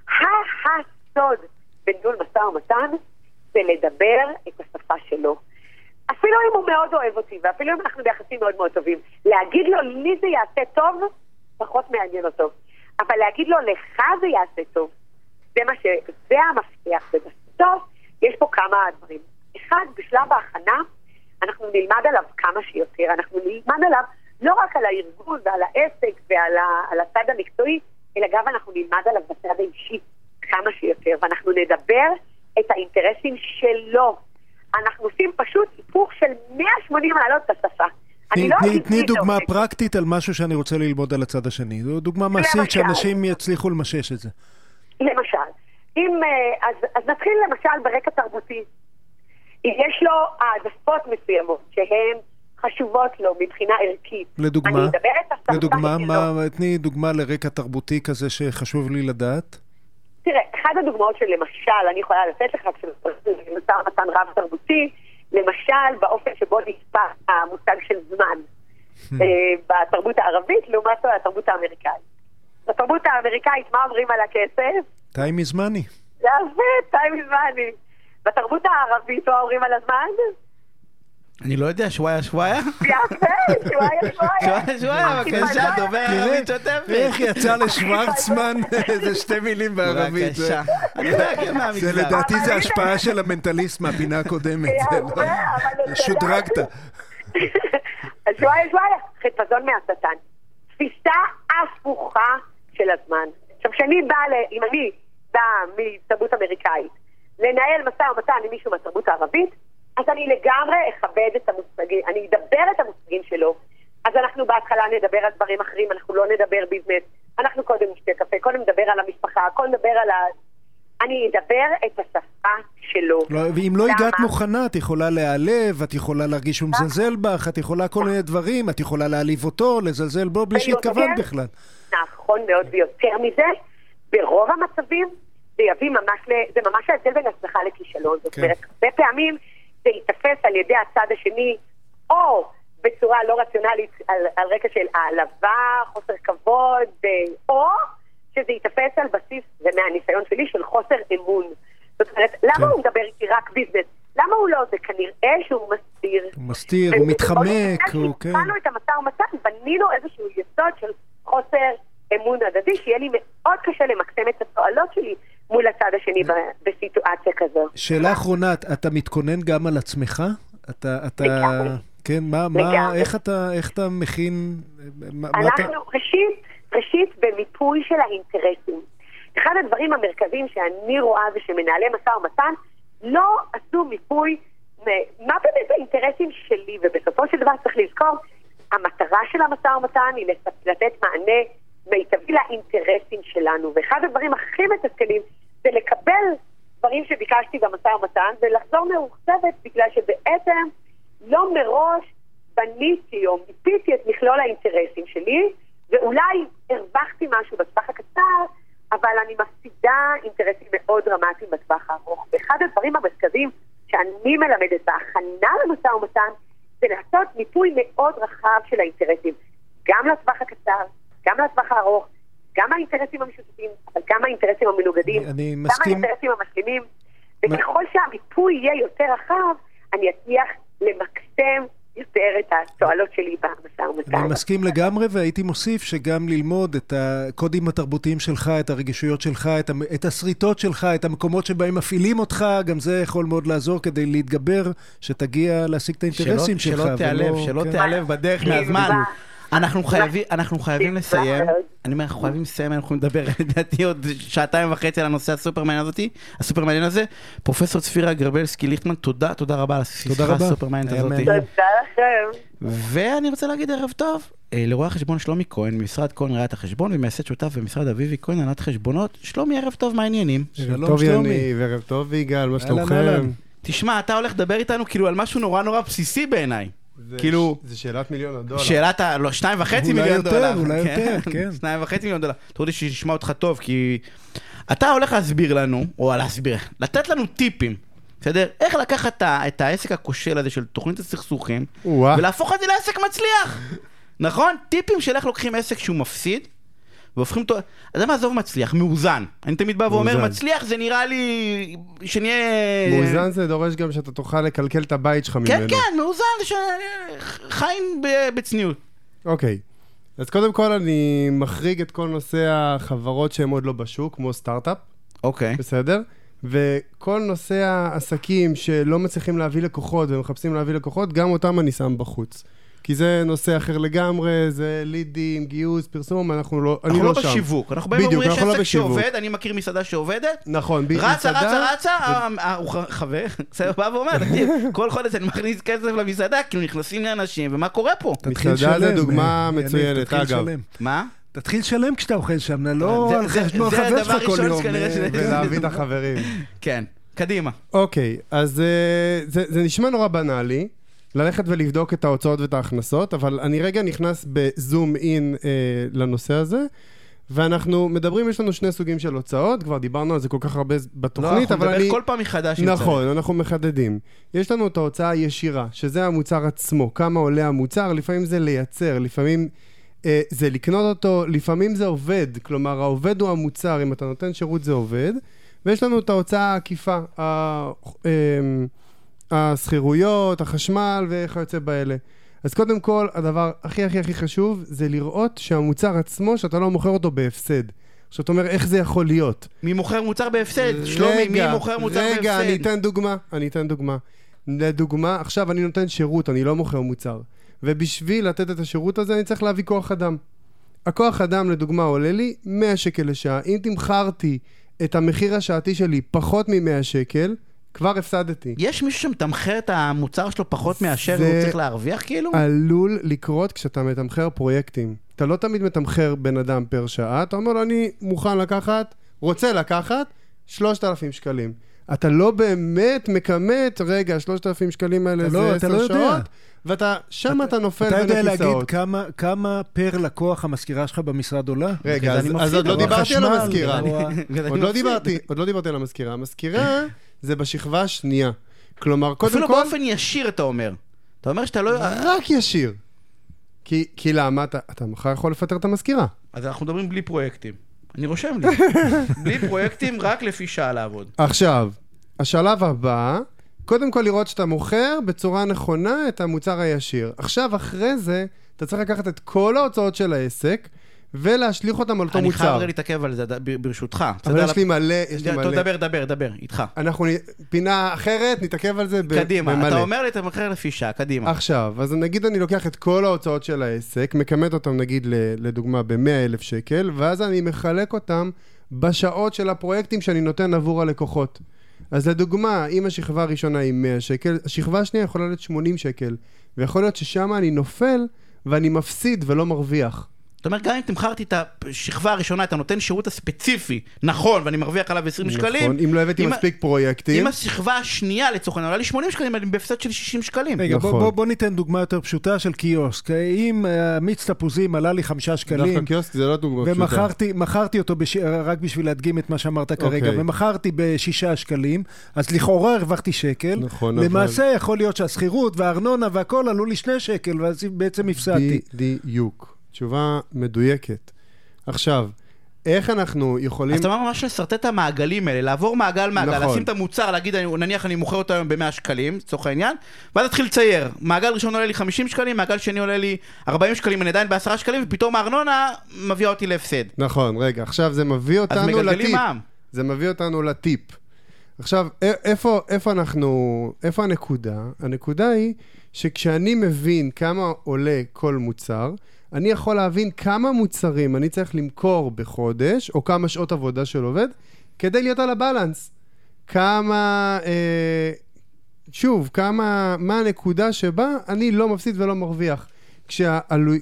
הסוד בניהול משא ומתן זה לדבר את השפה שלו. אפילו אם הוא מאוד אוהב אותי, ואפילו אם אנחנו ביחסים מאוד מאוד טובים, להגיד לו, לי זה יעשה טוב, פחות מעניין אותו. אבל להגיד לו, לך זה יעשה טוב, זה מה ש... זה המפתח. ובסוף, יש פה כמה דברים. אחד, בשלב ההכנה, אנחנו נלמד עליו כמה שיותר. אנחנו נלמד עליו לא רק על הארגון ועל העסק ועל ה... על הצד המקצועי, אלא גם אנחנו נלמד עליו בצד האישי כמה שיותר, ואנחנו נדבר את האינטרסים שלו. אנחנו עושים פשוט היפוך של מאה ושמונים מעלות בשפה. אני תני- לא תני- אגיד תני לי דוגמה זה. פרקטית על משהו שאני רוצה ללמוד על הצד השני. זו דוגמה מעשית למשל. שאנשים יצליחו למשש את זה. למשל, אם, אה, אז, אז נתחיל למשל ברקע תרבותי. אם יש לו העדפות מסוימות שהן חשובות לו מבחינה ערכית. לדוגמה? אני מדברת השפה לדוגמה, שלו. מה- תני דוגמה לרקע תרבותי כזה שחשוב לי לדעת. תראה, אחת הדוגמאות שלמשל אני יכולה לתת לך כשמשא ומתן רב תרבותי, למשל באופן שבו נצפה המושג של זמן אה, בתרבות הערבית לעומת התרבות האמריקאית. בתרבות האמריקאית מה אומרים על הכסף? time is money. זה יפה, time is money. בתרבות הערבית מה אומרים על הזמן? אני לא יודע, שוואיה שוואיה? יפה, שוואיה שוואיה. שוואיה שוואיה, בבקשה, דובר ערבית שוטפת. איך יצא לשוורצמן איזה שתי מילים בערבית. בבקשה. אני לא אגיד מהמגזר. זה לדעתי זה השפעה של המנטליסט מהפינה הקודמת. זה לא- יפה, אבל... שודרגת. אז שוואיה שוואיה, חיפזון מהשטן. תפיסה הפוכה של הזמן. עכשיו, כשאני באה, ל- אם אני באה מתרבות אמריקאית, לנהל משא ומתן עם מישהו מהתרבות הערבית, אז אני לגמרי אכבד את המושגים, אני אדבר את המושגים שלו. אז אנחנו בהתחלה נדבר על דברים אחרים, אנחנו לא נדבר ביזנס, אנחנו קודם נשתה קפה, קודם נדבר על המשפחה, קודם נדבר על ה... אני אדבר את השפה שלו. לא, ואם לא הגעת מוכנה, את יכולה להיעלב, את יכולה להרגיש שהוא מזלזל בך, את יכולה כל מיני דברים, את יכולה להעליב אותו, לזלזל בו, בלי שהתכוון בכלל. נכון מאוד, ויותר מזה, ברוב המצבים, זה יביא ממש, זה ממש ההבדל בין הצלחה לכישלון. זאת אומרת, הרבה פעמים זה יתפס על ידי הצד השני, או בצורה לא רציונלית, על, על רקע של העלבה, חוסר כבוד, או שזה יתפס על בסיס, ומהניסיון שלי, של חוסר אמון. זאת אומרת, למה הוא מדבר איתי רק ביזנס? למה הוא לא? זה כנראה שהוא מסתיר. הוא מסתיר, הוא מתחמק, הוא כן. כשבאנו את המשא ומתן, בנינו איזשהו יסוד של חוסר אמון הדדי, שיהיה לי מאוד קשה למקסם את התועלות שלי מול הצד השני בסיטואציה כזו. שאלה אחרונה, אתה מתכונן גם על עצמך? אתה, אתה, כן, מה, מה, איך אתה, איך אתה מכין? אנחנו, ראשית, ראשית במיפוי של האינטרסים. אחד הדברים המרכזיים שאני רואה זה שמנהלי משא ומתן לא עשו מיפוי מה באמת האינטרסים שלי, ובסופו של דבר צריך לזכור, המטרה של המשא ומתן היא לתת מענה מיטבי לאינטרסים שלנו, ואחד הדברים הכי מתסכלים זה לקבל דברים שביקשתי במשא ומתן ולחזור מאוכזבת, בגלל שבעצם לא מראש בניתי או מיפיתי את מכלול האינטרסים שלי, ואולי הרווחתי משהו בטווח הקצר, אבל אני מפסידה אינטרסים מאוד דרמטיים בטווח הארוך. ואחד הדברים המרכזיים שאני מלמדת בהכנה למשא ומתן, זה לעשות מיפוי מאוד רחב של האינטרסים, גם לטווח הקצר, גם לטווח הארוך, גם האינטרסים המשותפים, אבל גם האינטרסים המנוגדים, אני גם מסכים... האינטרסים המשלימים, וככל שהמיפוי יהיה יותר רחב, אני אצליח למקסם יותר את התועלות שלי במשא ומתן. אני מסכים לגמרי, והייתי מוסיף שגם ללמוד את הקודים התרבותיים שלך, את הרגישויות שלך, את, את הסריטות שלך, את המקומות שבהם מפעילים אותך, גם זה יכול מאוד לעזור כדי להתגבר, שתגיע להשיג את האינטרסים שלך. שלא תיעלב, שלא תיעלב בדרך מהזמן. אנחנו חייבים, אנחנו חייבים לסיים. אני אומר, אנחנו חייבים לסיים, אנחנו נדבר לדעתי עוד שעתיים וחצי על הנושא הסופרמן הזאתי, הסופרמן הזה. פרופסור צפירה גרבלסקי ליכטמן, תודה, תודה רבה על השיחה הסופרמן הזאתי. תודה לכם. ואני רוצה להגיד ערב טוב לרואה החשבון שלומי כהן, ממשרד כהן ראיית החשבון, ומייסד שותף במשרד אביבי כהן, הנהלת חשבונות. שלומי, ערב טוב, מה העניינים? ערב טוב יני, וערב טוב ויגאל, מה שלומכם? תשמע, אתה הולך לדבר איתנו כאילו על משהו נורא נורא בסיסי בעיניי. כאילו... זה שאלת מיליון הדולר. שאלת ה... לא, שניים וחצי מיליון דולר. אולי יותר, כן. שניים וחצי מיליון דולר. אתה רוצה שישמע אותך טוב, כי... אתה הולך להסביר לנו, או להסביר, לתת לנו טיפים, בסדר? איך לקחת את העסק הכושל הזה של תוכנית הסכסוכים, ולהפוך את זה לעסק מצליח. נכון? טיפים של איך לוקחים עסק שהוא מפסיד, והופכים אותו... אז מה עזוב מצליח? מאוזן. אני תמיד בא ואומר, מצליח זה נראה לי שנהיה... מאוזן זה דורש גם שאתה תוכל לקלקל את הבית שלך ממנו. כן, כן, מאוזן, חיים בצניעות. אוקיי. אז קודם כל אני מחריג את כל נושא החברות שהן עוד לא בשוק, כמו סטארט-אפ. אוקיי. בסדר? וכל נושא העסקים שלא מצליחים להביא לקוחות ומחפשים להביא לקוחות, גם אותם אני שם בחוץ. כי זה נושא אחר לגמרי, זה לידים, גיוס, פרסום, אנחנו לא, אני לא שם. אנחנו לא בשיווק, אנחנו באים ואומרים יש עסק שעובד, אני מכיר מסעדה שעובדת, נכון, רצה, רצה, רצה, הוא חבר, זה בא ואומר, כל חודש אני מכניס כסף למסעדה, כי נכנסים לאנשים, ומה קורה פה? מסעדה זה דוגמה מצוינת, אגב. מה? תתחיל שלם כשאתה אוכל שם, לא על חשבון חבר שלך כל יום. ולהביא את החברים. כן, קדימה. אוקיי, אז זה נשמע נורא בנאלי, ללכת ולבדוק את ההוצאות ואת ההכנסות, אבל אני רגע נכנס בזום אין אה, לנושא הזה, ואנחנו מדברים, יש לנו שני סוגים של הוצאות, כבר דיברנו על זה כל כך הרבה בתוכנית, לא, אבל אני... אנחנו נדבר כל פעם מחדש. נכון, יוצא. אנחנו מחדדים. יש לנו את ההוצאה הישירה, שזה המוצר עצמו, כמה עולה המוצר, לפעמים זה לייצר, לפעמים אה, זה לקנות אותו, לפעמים זה עובד, כלומר העובד הוא המוצר, אם אתה נותן שירות זה עובד, ויש לנו את ההוצאה העקיפה, ה... אה, הסחירויות, החשמל וכיוצא באלה. אז קודם כל, הדבר הכי הכי הכי חשוב זה לראות שהמוצר עצמו, שאתה לא מוכר אותו בהפסד. זאת אומרת, איך זה יכול להיות? מי מוכר מוצר בהפסד? שלומי, מי מוכר מוצר בהפסד? רגע, אני אתן דוגמה, אני אתן דוגמה. לדוגמה, עכשיו אני נותן שירות, אני לא מוכר מוצר. ובשביל לתת את השירות הזה, אני צריך להביא כוח אדם. הכוח אדם, לדוגמה, עולה לי מאה שקל לשעה. אם תמכרתי את המחיר השעתי שלי פחות מ-מאה שקל, כבר הפסדתי. יש מישהו שמתמחר את המוצר שלו פחות מאשר הוא צריך להרוויח כאילו? עלול לקרות כשאתה מתמחר פרויקטים. אתה לא תמיד מתמחר בן אדם פר שעה, אתה אומר לו, אני מוכן לקחת, רוצה לקחת, שלושת אלפים שקלים. אתה לא באמת מקמת, רגע, שלושת אלפים שקלים האלה זה לא, עשר לא שעות, ואתה, שם אתה, אתה נופל בין הכיסאות. אתה יודע להגיד כמה, כמה פר לקוח המזכירה שלך במשרד עולה? רגע, אז, אז עוד לא דיברתי על המזכירה. עוד לא דיברתי, עוד לא דיברתי על המזכירה. המזכירה זה בשכבה השנייה. כלומר, קודם כל... אפילו באופן ישיר אתה אומר. אתה אומר שאתה לא... רק ישיר. כי, כי למה? אתה, אתה מחר יכול לפטר את המזכירה. אז אנחנו מדברים בלי פרויקטים. אני רושם לי. בלי פרויקטים, רק לפי שעה לעבוד. עכשיו, השלב הבא, קודם כל לראות שאתה מוכר בצורה נכונה את המוצר הישיר. עכשיו, אחרי זה, אתה צריך לקחת את כל ההוצאות של העסק, ולהשליך אותם על אותו אני מוצר. חייב רגע להתעכב על זה, ברשותך. אבל יש לי מלא, יש לי מלא. דבר, דבר, דבר, איתך. אנחנו פינה אחרת, נתעכב על זה במלא. קדימה, אתה אומר לי, אתה מוכר לפי שעה, קדימה. עכשיו, אז נגיד אני לוקח את כל ההוצאות של העסק, מקמת אותם נגיד לדוגמה ב-מאה אלף שקל, ואז אני מחלק אותם בשעות של הפרויקטים שאני נותן עבור הלקוחות. אז לדוגמה, אם השכבה הראשונה היא מאה שקל, השכבה השנייה יכולה להיות שמונים שקל, ויכול להיות ששם אני נופל ואני מפסיד ולא מרוויח. זאת אומרת, גם אם תמכרתי את השכבה הראשונה, אתה נותן שירות הספציפי, נכון, ואני מרוויח עליו עשרים שקלים. נכון, אם לא הבאתי מספיק פרויקטים. אם השכבה השנייה לצורך העניין, עולה לי שמונים שקלים, אני בהפסד של שישים שקלים. רגע, בוא ניתן דוגמה יותר פשוטה של קיוסק. אם מיץ תפוזים עלה לי חמישה שקלים, דווקא קיוסק זה לא דוגמה פשוטה. ומכרתי אותו רק בשביל להדגים את מה שאמרת כרגע, ומכרתי בשישה שקלים, אז לכאורה הרווחתי שקל. למעשה יכול להיות שהסחירות והארנונה והכל עלו לי שני שקל, ואז בעצם הפסדתי. בדיוק. תשובה מדויקת. עכשיו, איך אנחנו יכולים... אז אתה אומר ממש לסרטט את המעגלים האלה, לעבור מעגל מעגל, נכון. לשים את המוצר, להגיד, נניח אני מוכר אותו היום ב-מאה שקלים, לצורך העניין, ואז התחיל לצייר. מעגל ראשון עולה לי חמישים שקלים, מעגל שני עולה לי ארבעים שקלים, אני עדיין ב-עשרה שקלים, ופתאום הארנונה מביאה אותי להפסד. נכון, רגע, עכשיו זה מביא אותנו לטיפ. אז מגלגלים מע"מ. זה מביא אותנו לטיפ. עכשיו, איפה, איפה אנחנו, איפה הנקודה? הנקודה היא שכשאני מבין כמה עולה כל מוצר, אני יכול להבין כמה מוצרים אני צריך למכור בחודש, או כמה שעות עבודה של עובד, כדי להיות על הבלנס. כמה, אה, שוב, כמה, מה הנקודה שבה אני לא מפסיד ולא מרוויח. כשהרווח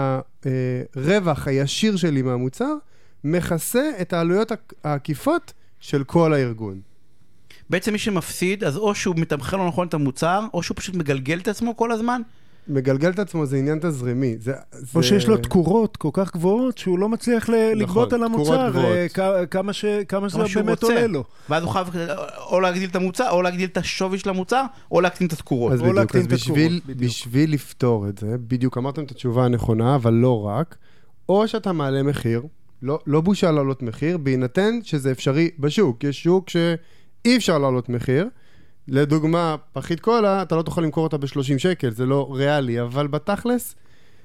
כשה, אה, הישיר שלי מהמוצר, מכסה את העלויות העקיפות של כל הארגון. בעצם מי שמפסיד, אז או שהוא מתמחר לא נכון את המוצר, או שהוא פשוט מגלגל את עצמו כל הזמן, מגלגל את עצמו, זה עניין תזרימי. זה, זה... או שיש לו תקורות כל כך גבוהות, שהוא לא מצליח ל... נכון, לגבות על המוצר, כ- כמה, ש... כמה שזה באמת עולה לו. ואז הוא חייב או להגדיל את המוצר, או להגדיל את השווי של המוצר, או להקטין את התקורות. אז או בדיוק, אז בשביל, בשביל לפתור את זה, בדיוק אמרתם את התשובה הנכונה, אבל לא רק, או שאתה מעלה מחיר, לא, לא בושה לעלות מחיר, בהינתן שזה אפשרי בשוק. יש שוק שאי אפשר לעלות מחיר, לדוגמה, פחית קולה, אתה לא תוכל למכור אותה ב-שלושים שקל, זה לא ריאלי, אבל בתכלס,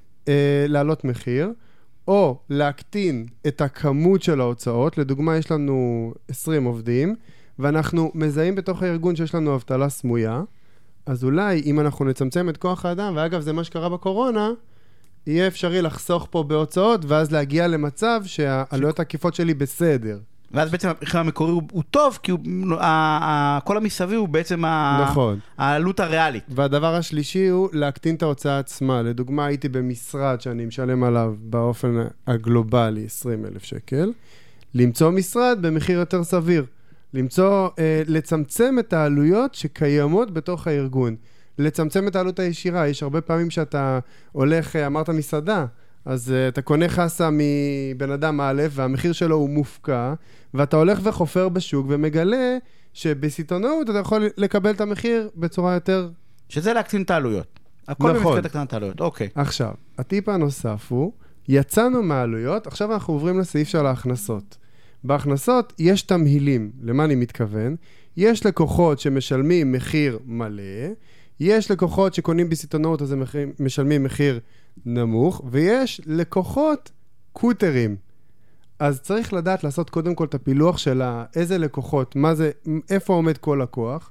אה, לעלות מחיר, או להקטין את הכמות של ההוצאות, לדוגמה, יש לנו עשרים עובדים, ואנחנו מזהים בתוך הארגון שיש לנו אבטלה סמויה, אז אולי אם אנחנו נצמצם את כוח האדם, ואגב זה מה שקרה בקורונה, יהיה אפשרי לחסוך פה בהוצאות, ואז להגיע למצב שהעלויות העקיפות שלי בסדר. ואז בעצם המחיר המקורי הוא, הוא טוב, כי הוא, ה, ה, כל המסביב הוא בעצם נכון. העלות הריאלית. והדבר השלישי הוא להקטין את ההוצאה עצמה. לדוגמה, הייתי במשרד שאני משלם עליו באופן הגלובלי עשרים אלף שקל, למצוא משרד במחיר יותר סביר. למצוא, אה, לצמצם את העלויות שקיימות בתוך הארגון. לצמצם את העלות הישירה. יש הרבה פעמים שאתה הולך, אמרת מסעדה, אז uh, אתה קונה חסה מבן אדם א' והמחיר שלו הוא מופקע, ואתה הולך וחופר בשוק ומגלה שבסיטונאות אתה יכול לקבל את המחיר בצורה יותר... שזה להקטין את העלויות. הכל נכון. במסגרת הקטנת העלויות, אוקיי. עכשיו, הטיפ הנוסף הוא, יצאנו מהעלויות, עכשיו אנחנו עוברים לסעיף של ההכנסות. בהכנסות יש תמהילים, למה אני מתכוון? יש לקוחות שמשלמים מחיר מלא, יש לקוחות שקונים בסיטונאות, אז הם משלמים מחיר נמוך, ויש לקוחות קוטרים. אז צריך לדעת לעשות קודם כל את הפילוח של איזה לקוחות, מה זה, איפה עומד כל לקוח,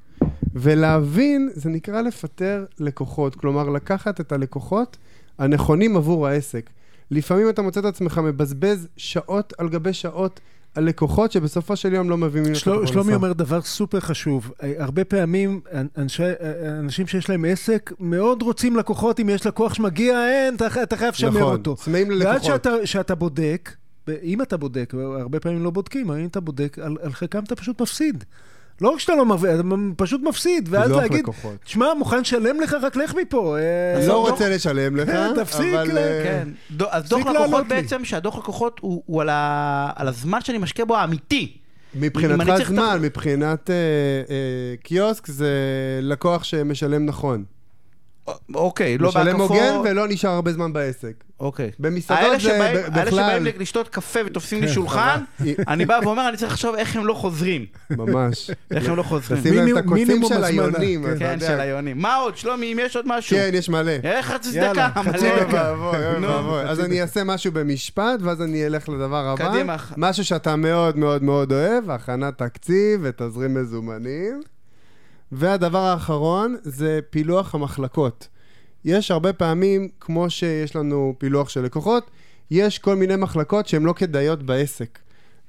ולהבין, זה נקרא לפטר לקוחות, כלומר לקחת את הלקוחות הנכונים עבור העסק. לפעמים אתה מוצא את עצמך מבזבז שעות על גבי שעות הלקוחות שבסופו של יום לא מביאים לך של... שלומי אומר דבר סופר חשוב. הרבה פעמים אנשי, אנשים שיש להם עסק מאוד רוצים לקוחות, אם יש לקוח שמגיע, אין, אתה, אתה חייב שמר נכון, אותו. צמאים ללקוחות. ועד שאתה, שאתה בודק, אם אתה בודק, הרבה פעמים לא בודקים, אם אתה בודק, על, על חלקם אתה פשוט מפסיד. לא רק שאתה לא מפסיד, אתה פשוט מפסיד, ואז להגיד, תשמע, מוכן לשלם לך, רק לך מפה. לא רוצה לשלם לך, תפסיק. אז דוח לקוחות בעצם, שהדוח לקוחות הוא על הזמן שאני משקיע בו האמיתי. מבחינתך זמן, מבחינת קיוסק, זה לקוח שמשלם נכון. אוקיי, לא משלם הוגן ולא נשאר הרבה זמן בעסק. אוקיי. במסעדות זה בכלל... האלה שבאים לשתות קפה ותופסים לי שולחן, אני בא ואומר, אני צריך לחשוב איך הם לא חוזרים. ממש. איך הם לא חוזרים. תשים להם את הקוצים של היונים. כן, של היונים. מה עוד, שלומי, אם יש עוד משהו? כן, יש מלא. איך חצי דקה? חצי דקה. אז אני אעשה משהו במשפט, ואז אני אלך לדבר הבא. קדימה. משהו שאתה מאוד מאוד מאוד אוהב, הכנת תקציב ותזרים מזומנים. והדבר האחרון זה פילוח המחלקות. יש הרבה פעמים, כמו שיש לנו פילוח של לקוחות, יש כל מיני מחלקות שהן לא כדאיות בעסק.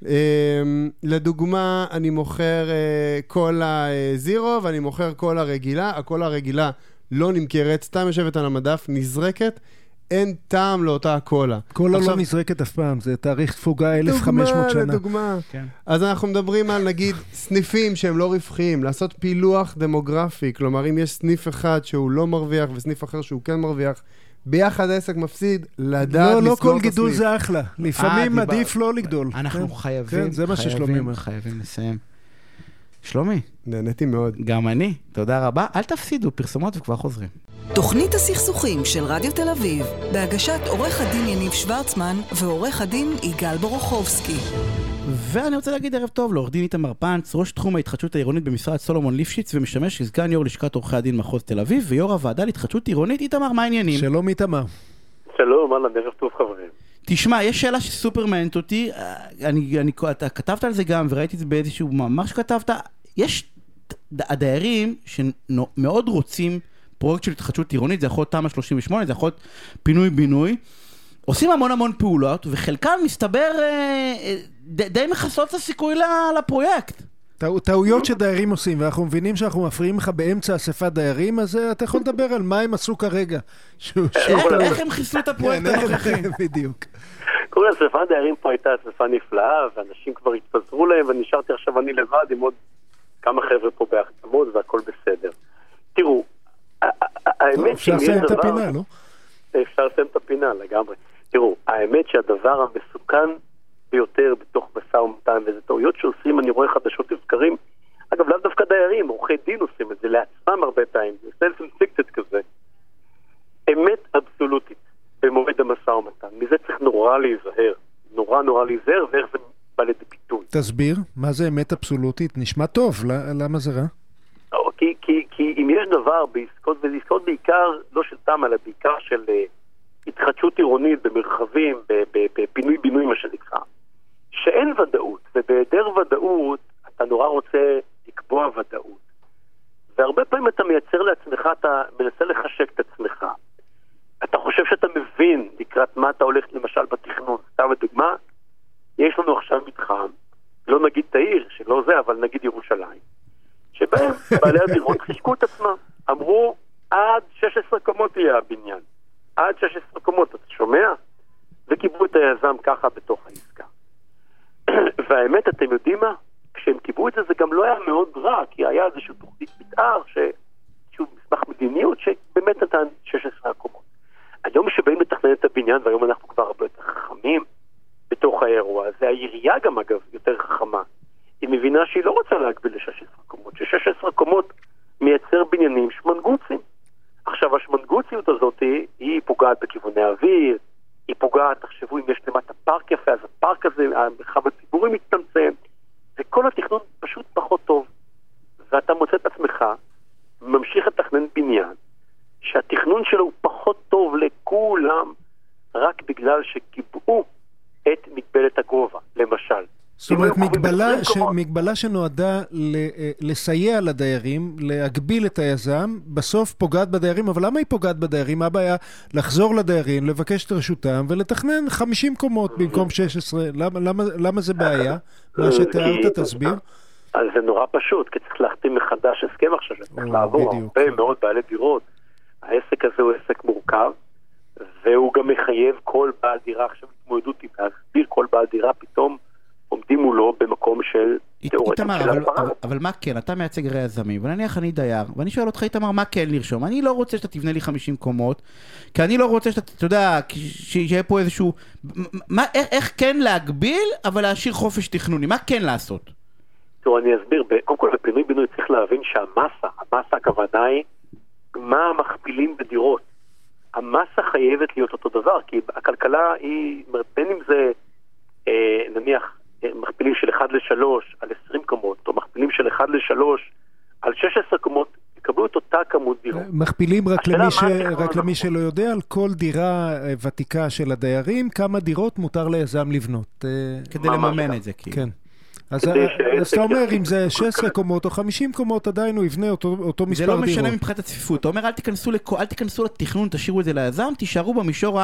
לדוגמה, אני מוכר קולה זירו ואני מוכר קולה רגילה. הקולה הרגילה לא נמכרת, סתם יושבת על המדף, נזרקת. אין טעם לאותה הקולה. קולה לא נזרקת אף פעם, זה תאריך תפוגה אלף וחמש מאות שנה. לדוגמה, לדוגמה. אז אנחנו מדברים על נגיד סניפים שהם לא רווחיים, לעשות פילוח דמוגרפי, כלומר אם יש סניף אחד שהוא לא מרוויח וסניף אחר שהוא כן מרוויח, ביחד העסק מפסיד, לדעת לסגור את הסניף. לא, לא כל גידול זה אחלה. לפעמים עדיף לא לגדול. אנחנו חייבים, חייבים, חייבים לסיים. שלומי. נהניתי מאוד. גם אני. תודה רבה. אל תפסידו פרסומות וכבר חוזרים. תוכנית הסכסוכים של רדיו תל אביב, בהגשת עורך הדין יניב שוורצמן ועורך הדין יגאל בורוכובסקי. ואני רוצה להגיד ערב טוב לעורך דין איתמר פנץ, ראש תחום ההתחדשות העירונית במשרד סולומון ליפשיץ, ומשמש כסגן יו"ר לשכת עורכי הדין מחוז תל אביב, ויו"ר הוועדה להתחדשות עירונית. איתמר, מה העניינים? שלום איתמר. שלום, אהלן, ערב טוב חברים. תשמע, יש שאלה שסופר מעניינת אותי, אני, אני, אתה כתבת על זה גם, וראיתי את זה באיזשהו מאמר שכתבת, יש הדיירים שמאוד רוצים פרויקט של התחדשות עירונית, זה יכול להיות תמ"א שלושים ושמונה, זה יכול להיות פינוי-בינוי, עושים המון המון פעולות, וחלקם מסתבר די, די מחסות את הסיכוי לפרויקט. טעויות שדיירים עושים, ואנחנו מבינים שאנחנו מפריעים לך באמצע אספת דיירים, אז אתה יכול לדבר על מה הם עשו כרגע. איך הם חיסלו את הפרויקט הנוכחי? בדיוק. קוראים, אספת דיירים פה הייתה אספה נפלאה, ואנשים כבר התפזרו להם, ונשארתי עכשיו אני לבד עם עוד כמה חבר'ה פה בהחתמות, והכל בסדר. תראו, האמת אפשר לסיים את הפינה, לא? אפשר לסיים את הפינה, לגמרי. תראו, האמת שהדבר המסוכן ביותר בתוך משא ומתן, וזה טעויות שעושים, אני רואה חדשות לבקרים, אגב, לאו דווקא דיירים, עורכי דין עושים את זה לעצמם הרבה פעמים, זה סלף-אינפיקטד כזה. אמת אבסולוטית במועד המשא ומתן, מזה צריך נורא להיזהר, נורא נורא להיזהר, ואיך זה בא לידי ביטוי. תסביר, מה זה אמת אבסולוטית? נשמע טוב, למה זה רע? כי, כי, כי אם יש דבר בעסקות, ובעסקות בעיקר, לא של תם, אלא בעיקר של uh, התחדשות עירונית במרחבים, בפינוי-בינוי מה שנקרא, שאין ודאות, ובהיעדר ודאות אתה נורא רוצה לקבוע ודאות. והרבה פעמים אתה מייצר לעצמך, אתה מנסה לחשק את עצמך. אתה חושב שאתה מבין לקראת מה אתה הולך למשל בתכנון. סתם לדוגמה, יש לנו עכשיו מתחם, לא נגיד תאיר, שלא זה, אבל נגיד ירושלים. שבהם בעלי הדירות חישקו את עצמם. אמרו, עד שש עשרה קומות יהיה הבניין. עד שש עשרה קומות, אתה שומע? וקיבלו את היזם ככה בתוך העסקה. והאמת, אתם יודעים מה? כשהם קיבלו את זה, זה גם לא היה מאוד רע, כי היה איזשהו תוכנית מתאר, שהוא מסמך מדיניות, שבאמת נתן שש עשרה קומות. היום שבאים לתכנן את הבניין, והיום אנחנו כבר הרבה יותר חכמים בתוך האירוע, זה העירייה גם אגב יותר חכמה. היא מבינה שהיא לא רוצה להגביל ל-שש עשרה קומות, ש-שש עשרה קומות מייצר בניינים שמנגוצים. עכשיו, השמנגוציות הזאת היא פוגעת בכיווני האוויר, היא פוגעת, תחשבו אם יש למטה פארק יפה, אז הפארק הזה, המרחב הציבורי מצטמצם, וכל התכנון פשוט פחות טוב. ואתה מוצא את עצמך, ממשיך לתכנן בניין, שהתכנון שלו הוא פחות טוב לכולם, רק בגלל שקיבעו את מגבלת הגובה, למשל. זאת אומרת, מגבלה, ש... מגבלה שנועדה לסייע לדיירים, להגביל את היזם, בסוף פוגעת בדיירים, אבל למה היא פוגעת בדיירים? מה הבעיה? לחזור לדיירים, לבקש את רשותם ולתכנן חמישים קומות במקום שש עשרה. למה, למה, למה זה בעיה? מה שתיארת, תסביר. אז זה נורא פשוט, כי צריך להחתים מחדש הסכם עכשיו, צריך לעבור הרבה מאוד בעלי דירות. העסק הזה הוא עסק מורכב, והוא גם מחייב כל בעל דירה, עכשיו התמודדות עם להסביר כל בעל דירה, פתאום עומדים מולו במקום של תיאורטית של הפרה. אבל, אבל מה כן? אתה מייצג הרי יזמים, ונניח אני דייר, ואני שואל אותך, איתמר, מה כן לרשום? אני לא רוצה שאתה תבנה לי חמישים קומות, כי אני לא רוצה שאתה, אתה יודע, שיהיה פה איזשהו... מה, איך, איך כן להגביל, אבל להשאיר חופש תכנוני? מה כן לעשות? תראו, אני אסביר. קודם כל, בפינוי בינוי צריך להבין שהמסה, המסה הכוונה היא, מה המכפילים בדירות. המסה חייבת להיות אותו דבר, כי הכלכלה היא, בין אם זה, אה, נניח, מכפילים של אחד לשלוש על עשרים קומות, או מכפילים של אחד לשלוש על שש עשרה קומות, יקבלו את אותה כמות דירות. מכפילים רק למי, ש... רק למי שלא יודע, על כל דירה ותיקה של הדיירים, כמה דירות מותר ליזם לבנות. כדי לממן את זה, כאילו. כן. אז אתה אומר, אם זה שש עשרה קומות או חמישים קומות, עדיין הוא יבנה אותו מספר דירות. זה לא משנה מבחינת הצפיפות. אתה אומר, אל תיכנסו לתכנון, תשאירו את זה ליזם, תישארו במישור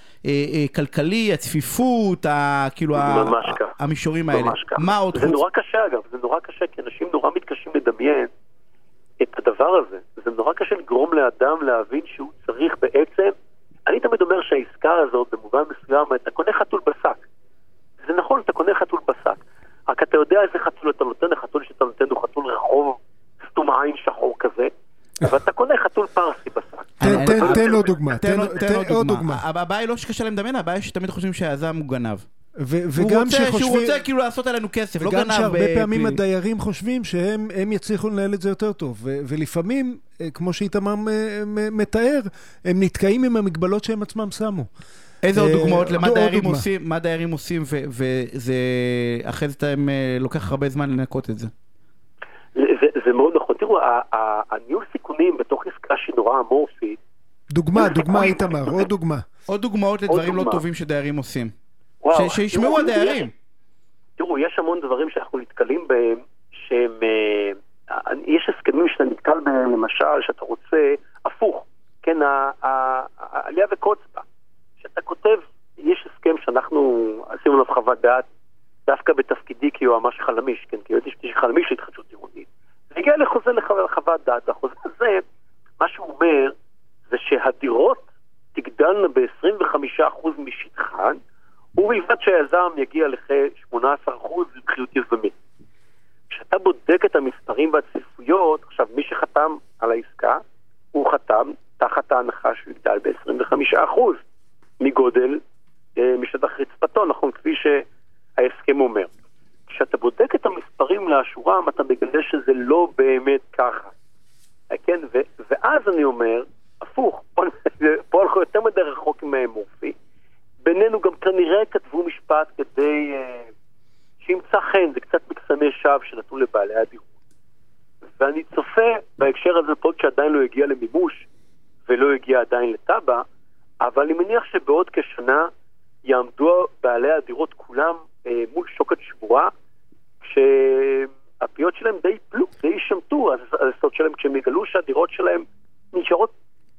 הכלכלי, הצפיפות, כאילו המישורים האלה. מה עוד חוץ? זה נורא קשה אגב, זה נורא קשה, כי אנשים נורא מתקשים לדמיין את הדבר הזה. זה נורא קשה לגרום לאדם להבין שהוא צריך בעצם, אני תמיד אומר שהעסקה הזאת, במובן מסוים, אתה קונה חתול בשק. זה נכון, אתה קונה חתול בשק. רק אתה יודע איזה חתול אתה נותן, החתול שאתה נותן הוא חתול רחוב סתום עין שחור כזה, ואתה קונה חתול פרסי בשק. תן עוד דוגמה, תן עוד דוגמה. הבעיה היא לא שקשה להם לדמיין, הבעיה היא שתמיד חושבים שהיזם הוא גנב. וגם שהוא רוצה כאילו לעשות עלינו כסף, לא גנב. וגם שהרבה פעמים הדיירים חושבים שהם יצליחו לנהל את זה יותר טוב, ולפעמים, כמו שאיתמר מתאר, הם נתקעים עם המגבלות שהם עצמם שמו. איזה עוד דוגמאות למה דיירים עושים, מה דיירים עושים, וזה אחרי זה לוקח הרבה זמן לנקות את זה. זה מאוד נכון. תראו, הניהול סיכונים בתוך עסקה שהיא נורא אמורפית. דוגמה, דוגמה איתמר, עוד דוגמה. עוד דוגמאות לדברים לא טובים שדיירים עושים. שישמעו הדיירים. תראו, יש המון דברים שאנחנו נתקלים בהם, שהם, יש הסכמים שאתה נתקל בהם, למשל, שאתה רוצה הפוך, כן, העלייה וקוץ בה. שאתה כותב, יש הסכם שאנחנו עשינו עליו חוות דעת, דווקא בתפקידי כי הוא ממש חלמיש, כן, כי יש חלמיש להתחדשות עירונית. זה הגיע לחוזה לחוות דעת, והחוזה הזה, מה שהוא אומר, זה שהדירות תגדלנה ב-עשרים וחמישה אחוז משטחן, ובלבד שהיזם יגיע לכ-שמונה עשר אחוז לבחיות יזמית. כשאתה בודק את המספרים והצפיפויות, עכשיו מי שחתם על העסקה, הוא חתם תחת ההנחה שהוא יגדל ב-עשרים וחמישה אחוז מגודל אה, משטח רצפתו, נכון, כפי שההסכם אומר. כשאתה בודק את המספרים לאשורם, אתה מגלה שזה לא באמת ככה. כן? ו- ואז אני אומר, הפוך, פה, פה הלכו יותר מדי רחוק מהמורפי, בינינו גם כנראה כתבו משפט כדי uh, שימצא חן, זה קצת מקסמי שווא שנתנו לבעלי הדירות. ואני צופה בהקשר הזה פה שעדיין לא הגיע למימוש ולא הגיע עדיין לטאבה, אבל אני מניח שבעוד כשנה יעמדו בעלי הדירות כולם uh, מול שוקת שבורה, כשהפיות שלהם די פלו, די שמתו, אז הסוד שלהם כשהם יגלו שהדירות שלהם נשארות.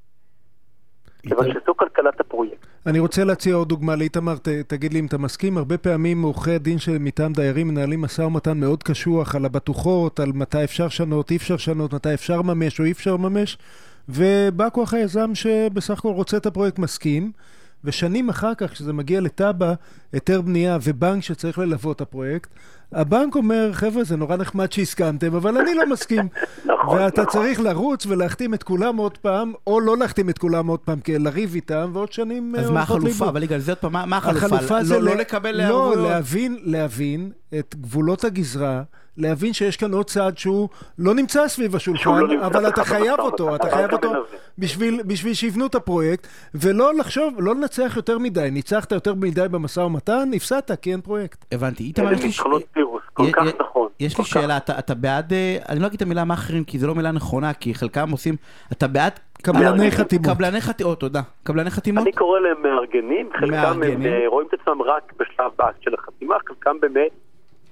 כיוון שזו כלכלת הפרויקט. אני רוצה להציע עוד דוגמה לאיתמר, תגיד לי אם אתה מסכים, הרבה פעמים עורכי הדין שמטעם דיירים מנהלים משא ומתן מאוד קשוח על הבטוחות, על מתי אפשר שנות, אי אפשר שנות, מתי אפשר ממש או אי אפשר ממש, ובא כוח היזם שבסך הכל רוצה את הפרויקט מסכים, ושנים אחר כך, כשזה מגיע לטאבה, היתר בנייה ובנק שצריך ללוות את הפרויקט, הבנק אומר, חבר'ה, זה נורא נחמד שהסכמתם, אבל אני לא מסכים. ואתה צריך לרוץ ולהחתים את כולם עוד פעם, או לא להחתים את כולם עוד פעם, כי לריב איתם, ועוד שנים... אז מה החלופה? אבל יגאל, זה עוד פעם, מה החלופה? החלופה זה לא לקבל לא, להבין, להבין את גבולות הגזרה, להבין שיש כאן עוד צעד שהוא לא נמצא סביב השולחן, אבל אתה חייב אותו, אתה חייב אותו בשביל, בשביל שיבנו את הפרויקט, ולא לחשוב, לא לנצח יותר מדי, ניצחת יותר מדי במשא ומתן, הפסדת, כי אין פרויקט. הבנתי. איתמר, יש לי שאלה, אתה בעד, אני לא אגיד את המילה מאחרים, כי זה לא מילה נכונה, כי חלקם עושים, אתה בעד קבלני חתימות. קבלני חתימות, תודה. קבלני חתימות? אני קורא להם מארגנים, חלקם הם רואים את עצמם רק בשלב באקט של החתימה, חלקם באמת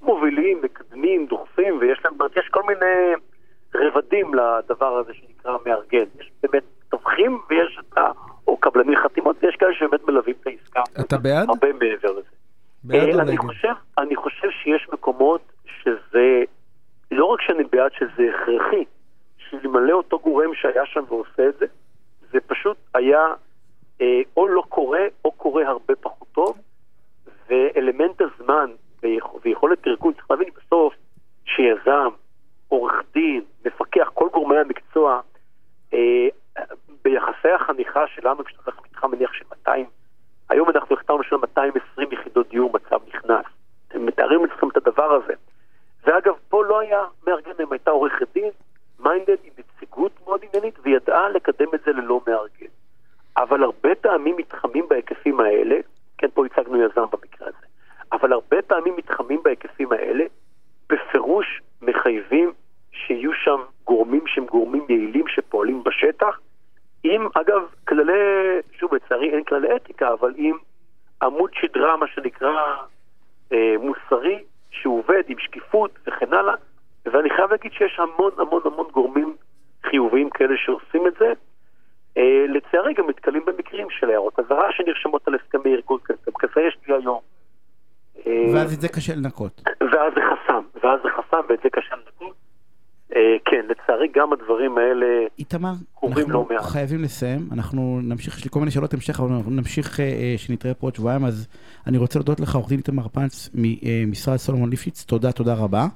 מובילים, מקדמים, דוחפים, ויש להם, יש כל מיני רבדים לדבר הזה שנקרא מארגן. יש באמת תווכים ויש את ה... או קבלני חתימות, ויש כאלה שבאמת מלווים את העסקה. אתה בעד? הרבה מעבר לזה. בעד או אני נגד? חושב, אני חושב שיש מקומות שזה, לא רק שאני בעד שזה הכרחי, שלמלא אותו גורם שהיה שם ועושה את זה, זה פשוט היה אה, או לא קורה, או קורה הרבה פחות טוב, ואלמנט הזמן ויכולת ארגון, צריך להבין בסוף שיזם, עורך דין, מפקח, כל גורמי המקצוע, אה, ביחסי החניכה שלנו, כשאתה מתחם מניח של מאתיים, היום אנחנו הכתרנו של מאתיים ועשרים יחידות דיור מצב נכנס. אתם מתארים אצלכם את הדבר הזה. ואגב, פה לא היה מארגן, אם הייתה עורכת דין, מיינדד עם נציגות מאוד עניינית, וידעה לקדם את זה ללא מארגן. אבל הרבה פעמים מתחמים בהיקפים האלה, כן, פה הצגנו יזם במקרה הזה, אבל הרבה פעמים מתחמים בהיקפים האלה, בפירוש מחייבים שיהיו שם גורמים שהם גורמים יעילים שפועלים בשטח, עם, אגב, כללי, שוב, לצערי אין כללי אתיקה, אבל עם עמוד שדרה, מה שנקרא אה, מוסרי, שעובד עם שקיפות וכן הלאה, ואני חייב להגיד שיש המון המון המון גורמים חיוביים כאלה שעושים את זה. אה, לצערי גם מתקלים במקרים של הערות אזהרה שנרשמות על הסכמי ארגון, כזה יש לי היום. אה, ואז את זה קשה לנקות. ואז זה חסם, ואז זה חסם ואת זה קשה לנקות. כן, לצערי גם הדברים האלה איתמר, קורים לא מעט. אנחנו חייבים לסיים, אנחנו נמשיך, יש לי כל מיני שאלות המשך, אבל אנחנו נמשיך שנתראה פה עוד שבועיים, אז אני רוצה להודות לך, עורך דין איתמר פנץ, ממשרד סולומון ליפשיץ, תודה, תודה רבה.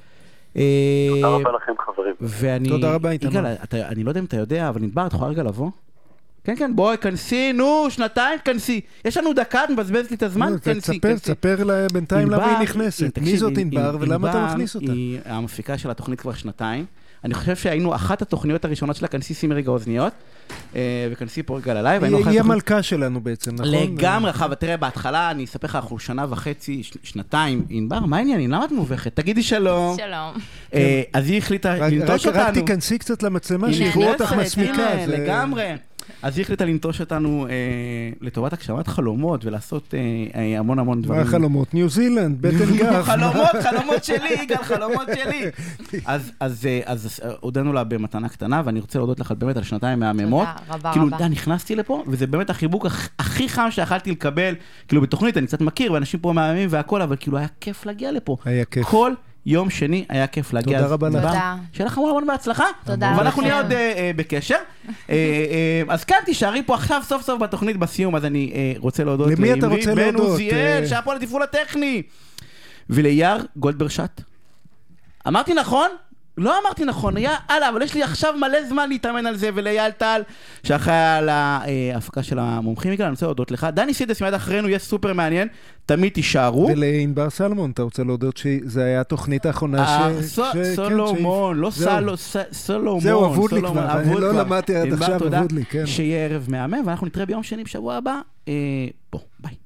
תודה רבה לכם חברים. תודה רבה איתמר. יגאל, אני לא יודע אם אתה יודע, אבל נדבר, את יכולה רגע לבוא? כן, כן, בואי, כנסי, נו, שנתיים, כנסי. יש לנו דקה, מבזבז לי את הזמן, כנסי, כנסי. תספר בינתיים למה היא נכנסת. מי זאת ענבר ולמה אתה מכניס אותה? היא המפיקה של התוכנית כבר שנתיים. אני חושב שהיינו אחת התוכניות הראשונות שלה, כנסי שימי רגע אוזניות, וכנסי פה רגע ללייב. היא המלכה שלנו בעצם, נכון? לגמרי, אבל תראה, בהתחלה, אני אספר לך, אנחנו שנה וחצי, שנתיים, ענבר, מה העניינים? למה את מובכת? תגידי שלום. שלום. אז היא החליטה לנטוש אותנו. רק תיכנסי קצת למצלמה, שיראו אותך מסמיקה. לגמרי. אז היא החליטה לנטוש אותנו אה, לטובת הגשמת חלומות ולעשות אה, אה, המון המון דברים. מה חלומות? ניו זילנד, בטן גף. חלומות, חלומות שלי, יגאל, חלומות שלי. אז, אז, אז, אז הודענו לה במתנה קטנה, ואני רוצה להודות לך באמת על שנתיים מהממות. תודה, רבה כאילו, רבה. דה, נכנסתי לפה, וזה באמת החיבוק הכ- הכי חם שיכלתי לקבל, כאילו בתוכנית, אני קצת מכיר, ואנשים פה מהממים והכל, אבל כאילו היה כיף להגיע לפה. היה כיף. כל יום שני היה כיף להגיע. תודה רבה לך. תודה. שיהיה לך המון בהצלחה. תודה. ואנחנו לכם. נהיה עוד אה, אה, בקשר. אה, אה, אז כאן תישארי פה עכשיו סוף סוף בתוכנית בסיום, אז אני אה, רוצה להודות למי אתה רוצה בן להודות? עוזיאל, אה... שהיה פה לתפעול הטכני. וליאר גולדברשט. אמרתי נכון? לא אמרתי נכון, היה, הלאה, אבל יש לי עכשיו מלא זמן להתאמן על זה, ולאייל טל, שאחראי על ההפקה של המומחים, אני רוצה להודות לך. דני סידס מיד אחרינו, יהיה סופר מעניין, תמיד תישארו. ולענבר סלמון, אתה רוצה להודות שזה היה התוכנית האחרונה ש... סולומון, לא סולומון. זהו, אבוד לי כבר, אני לא למדתי עד עכשיו, אבוד לי, כן. שיהיה ערב מהמם, ואנחנו נתראה ביום שני בשבוע הבא. פה, ביי.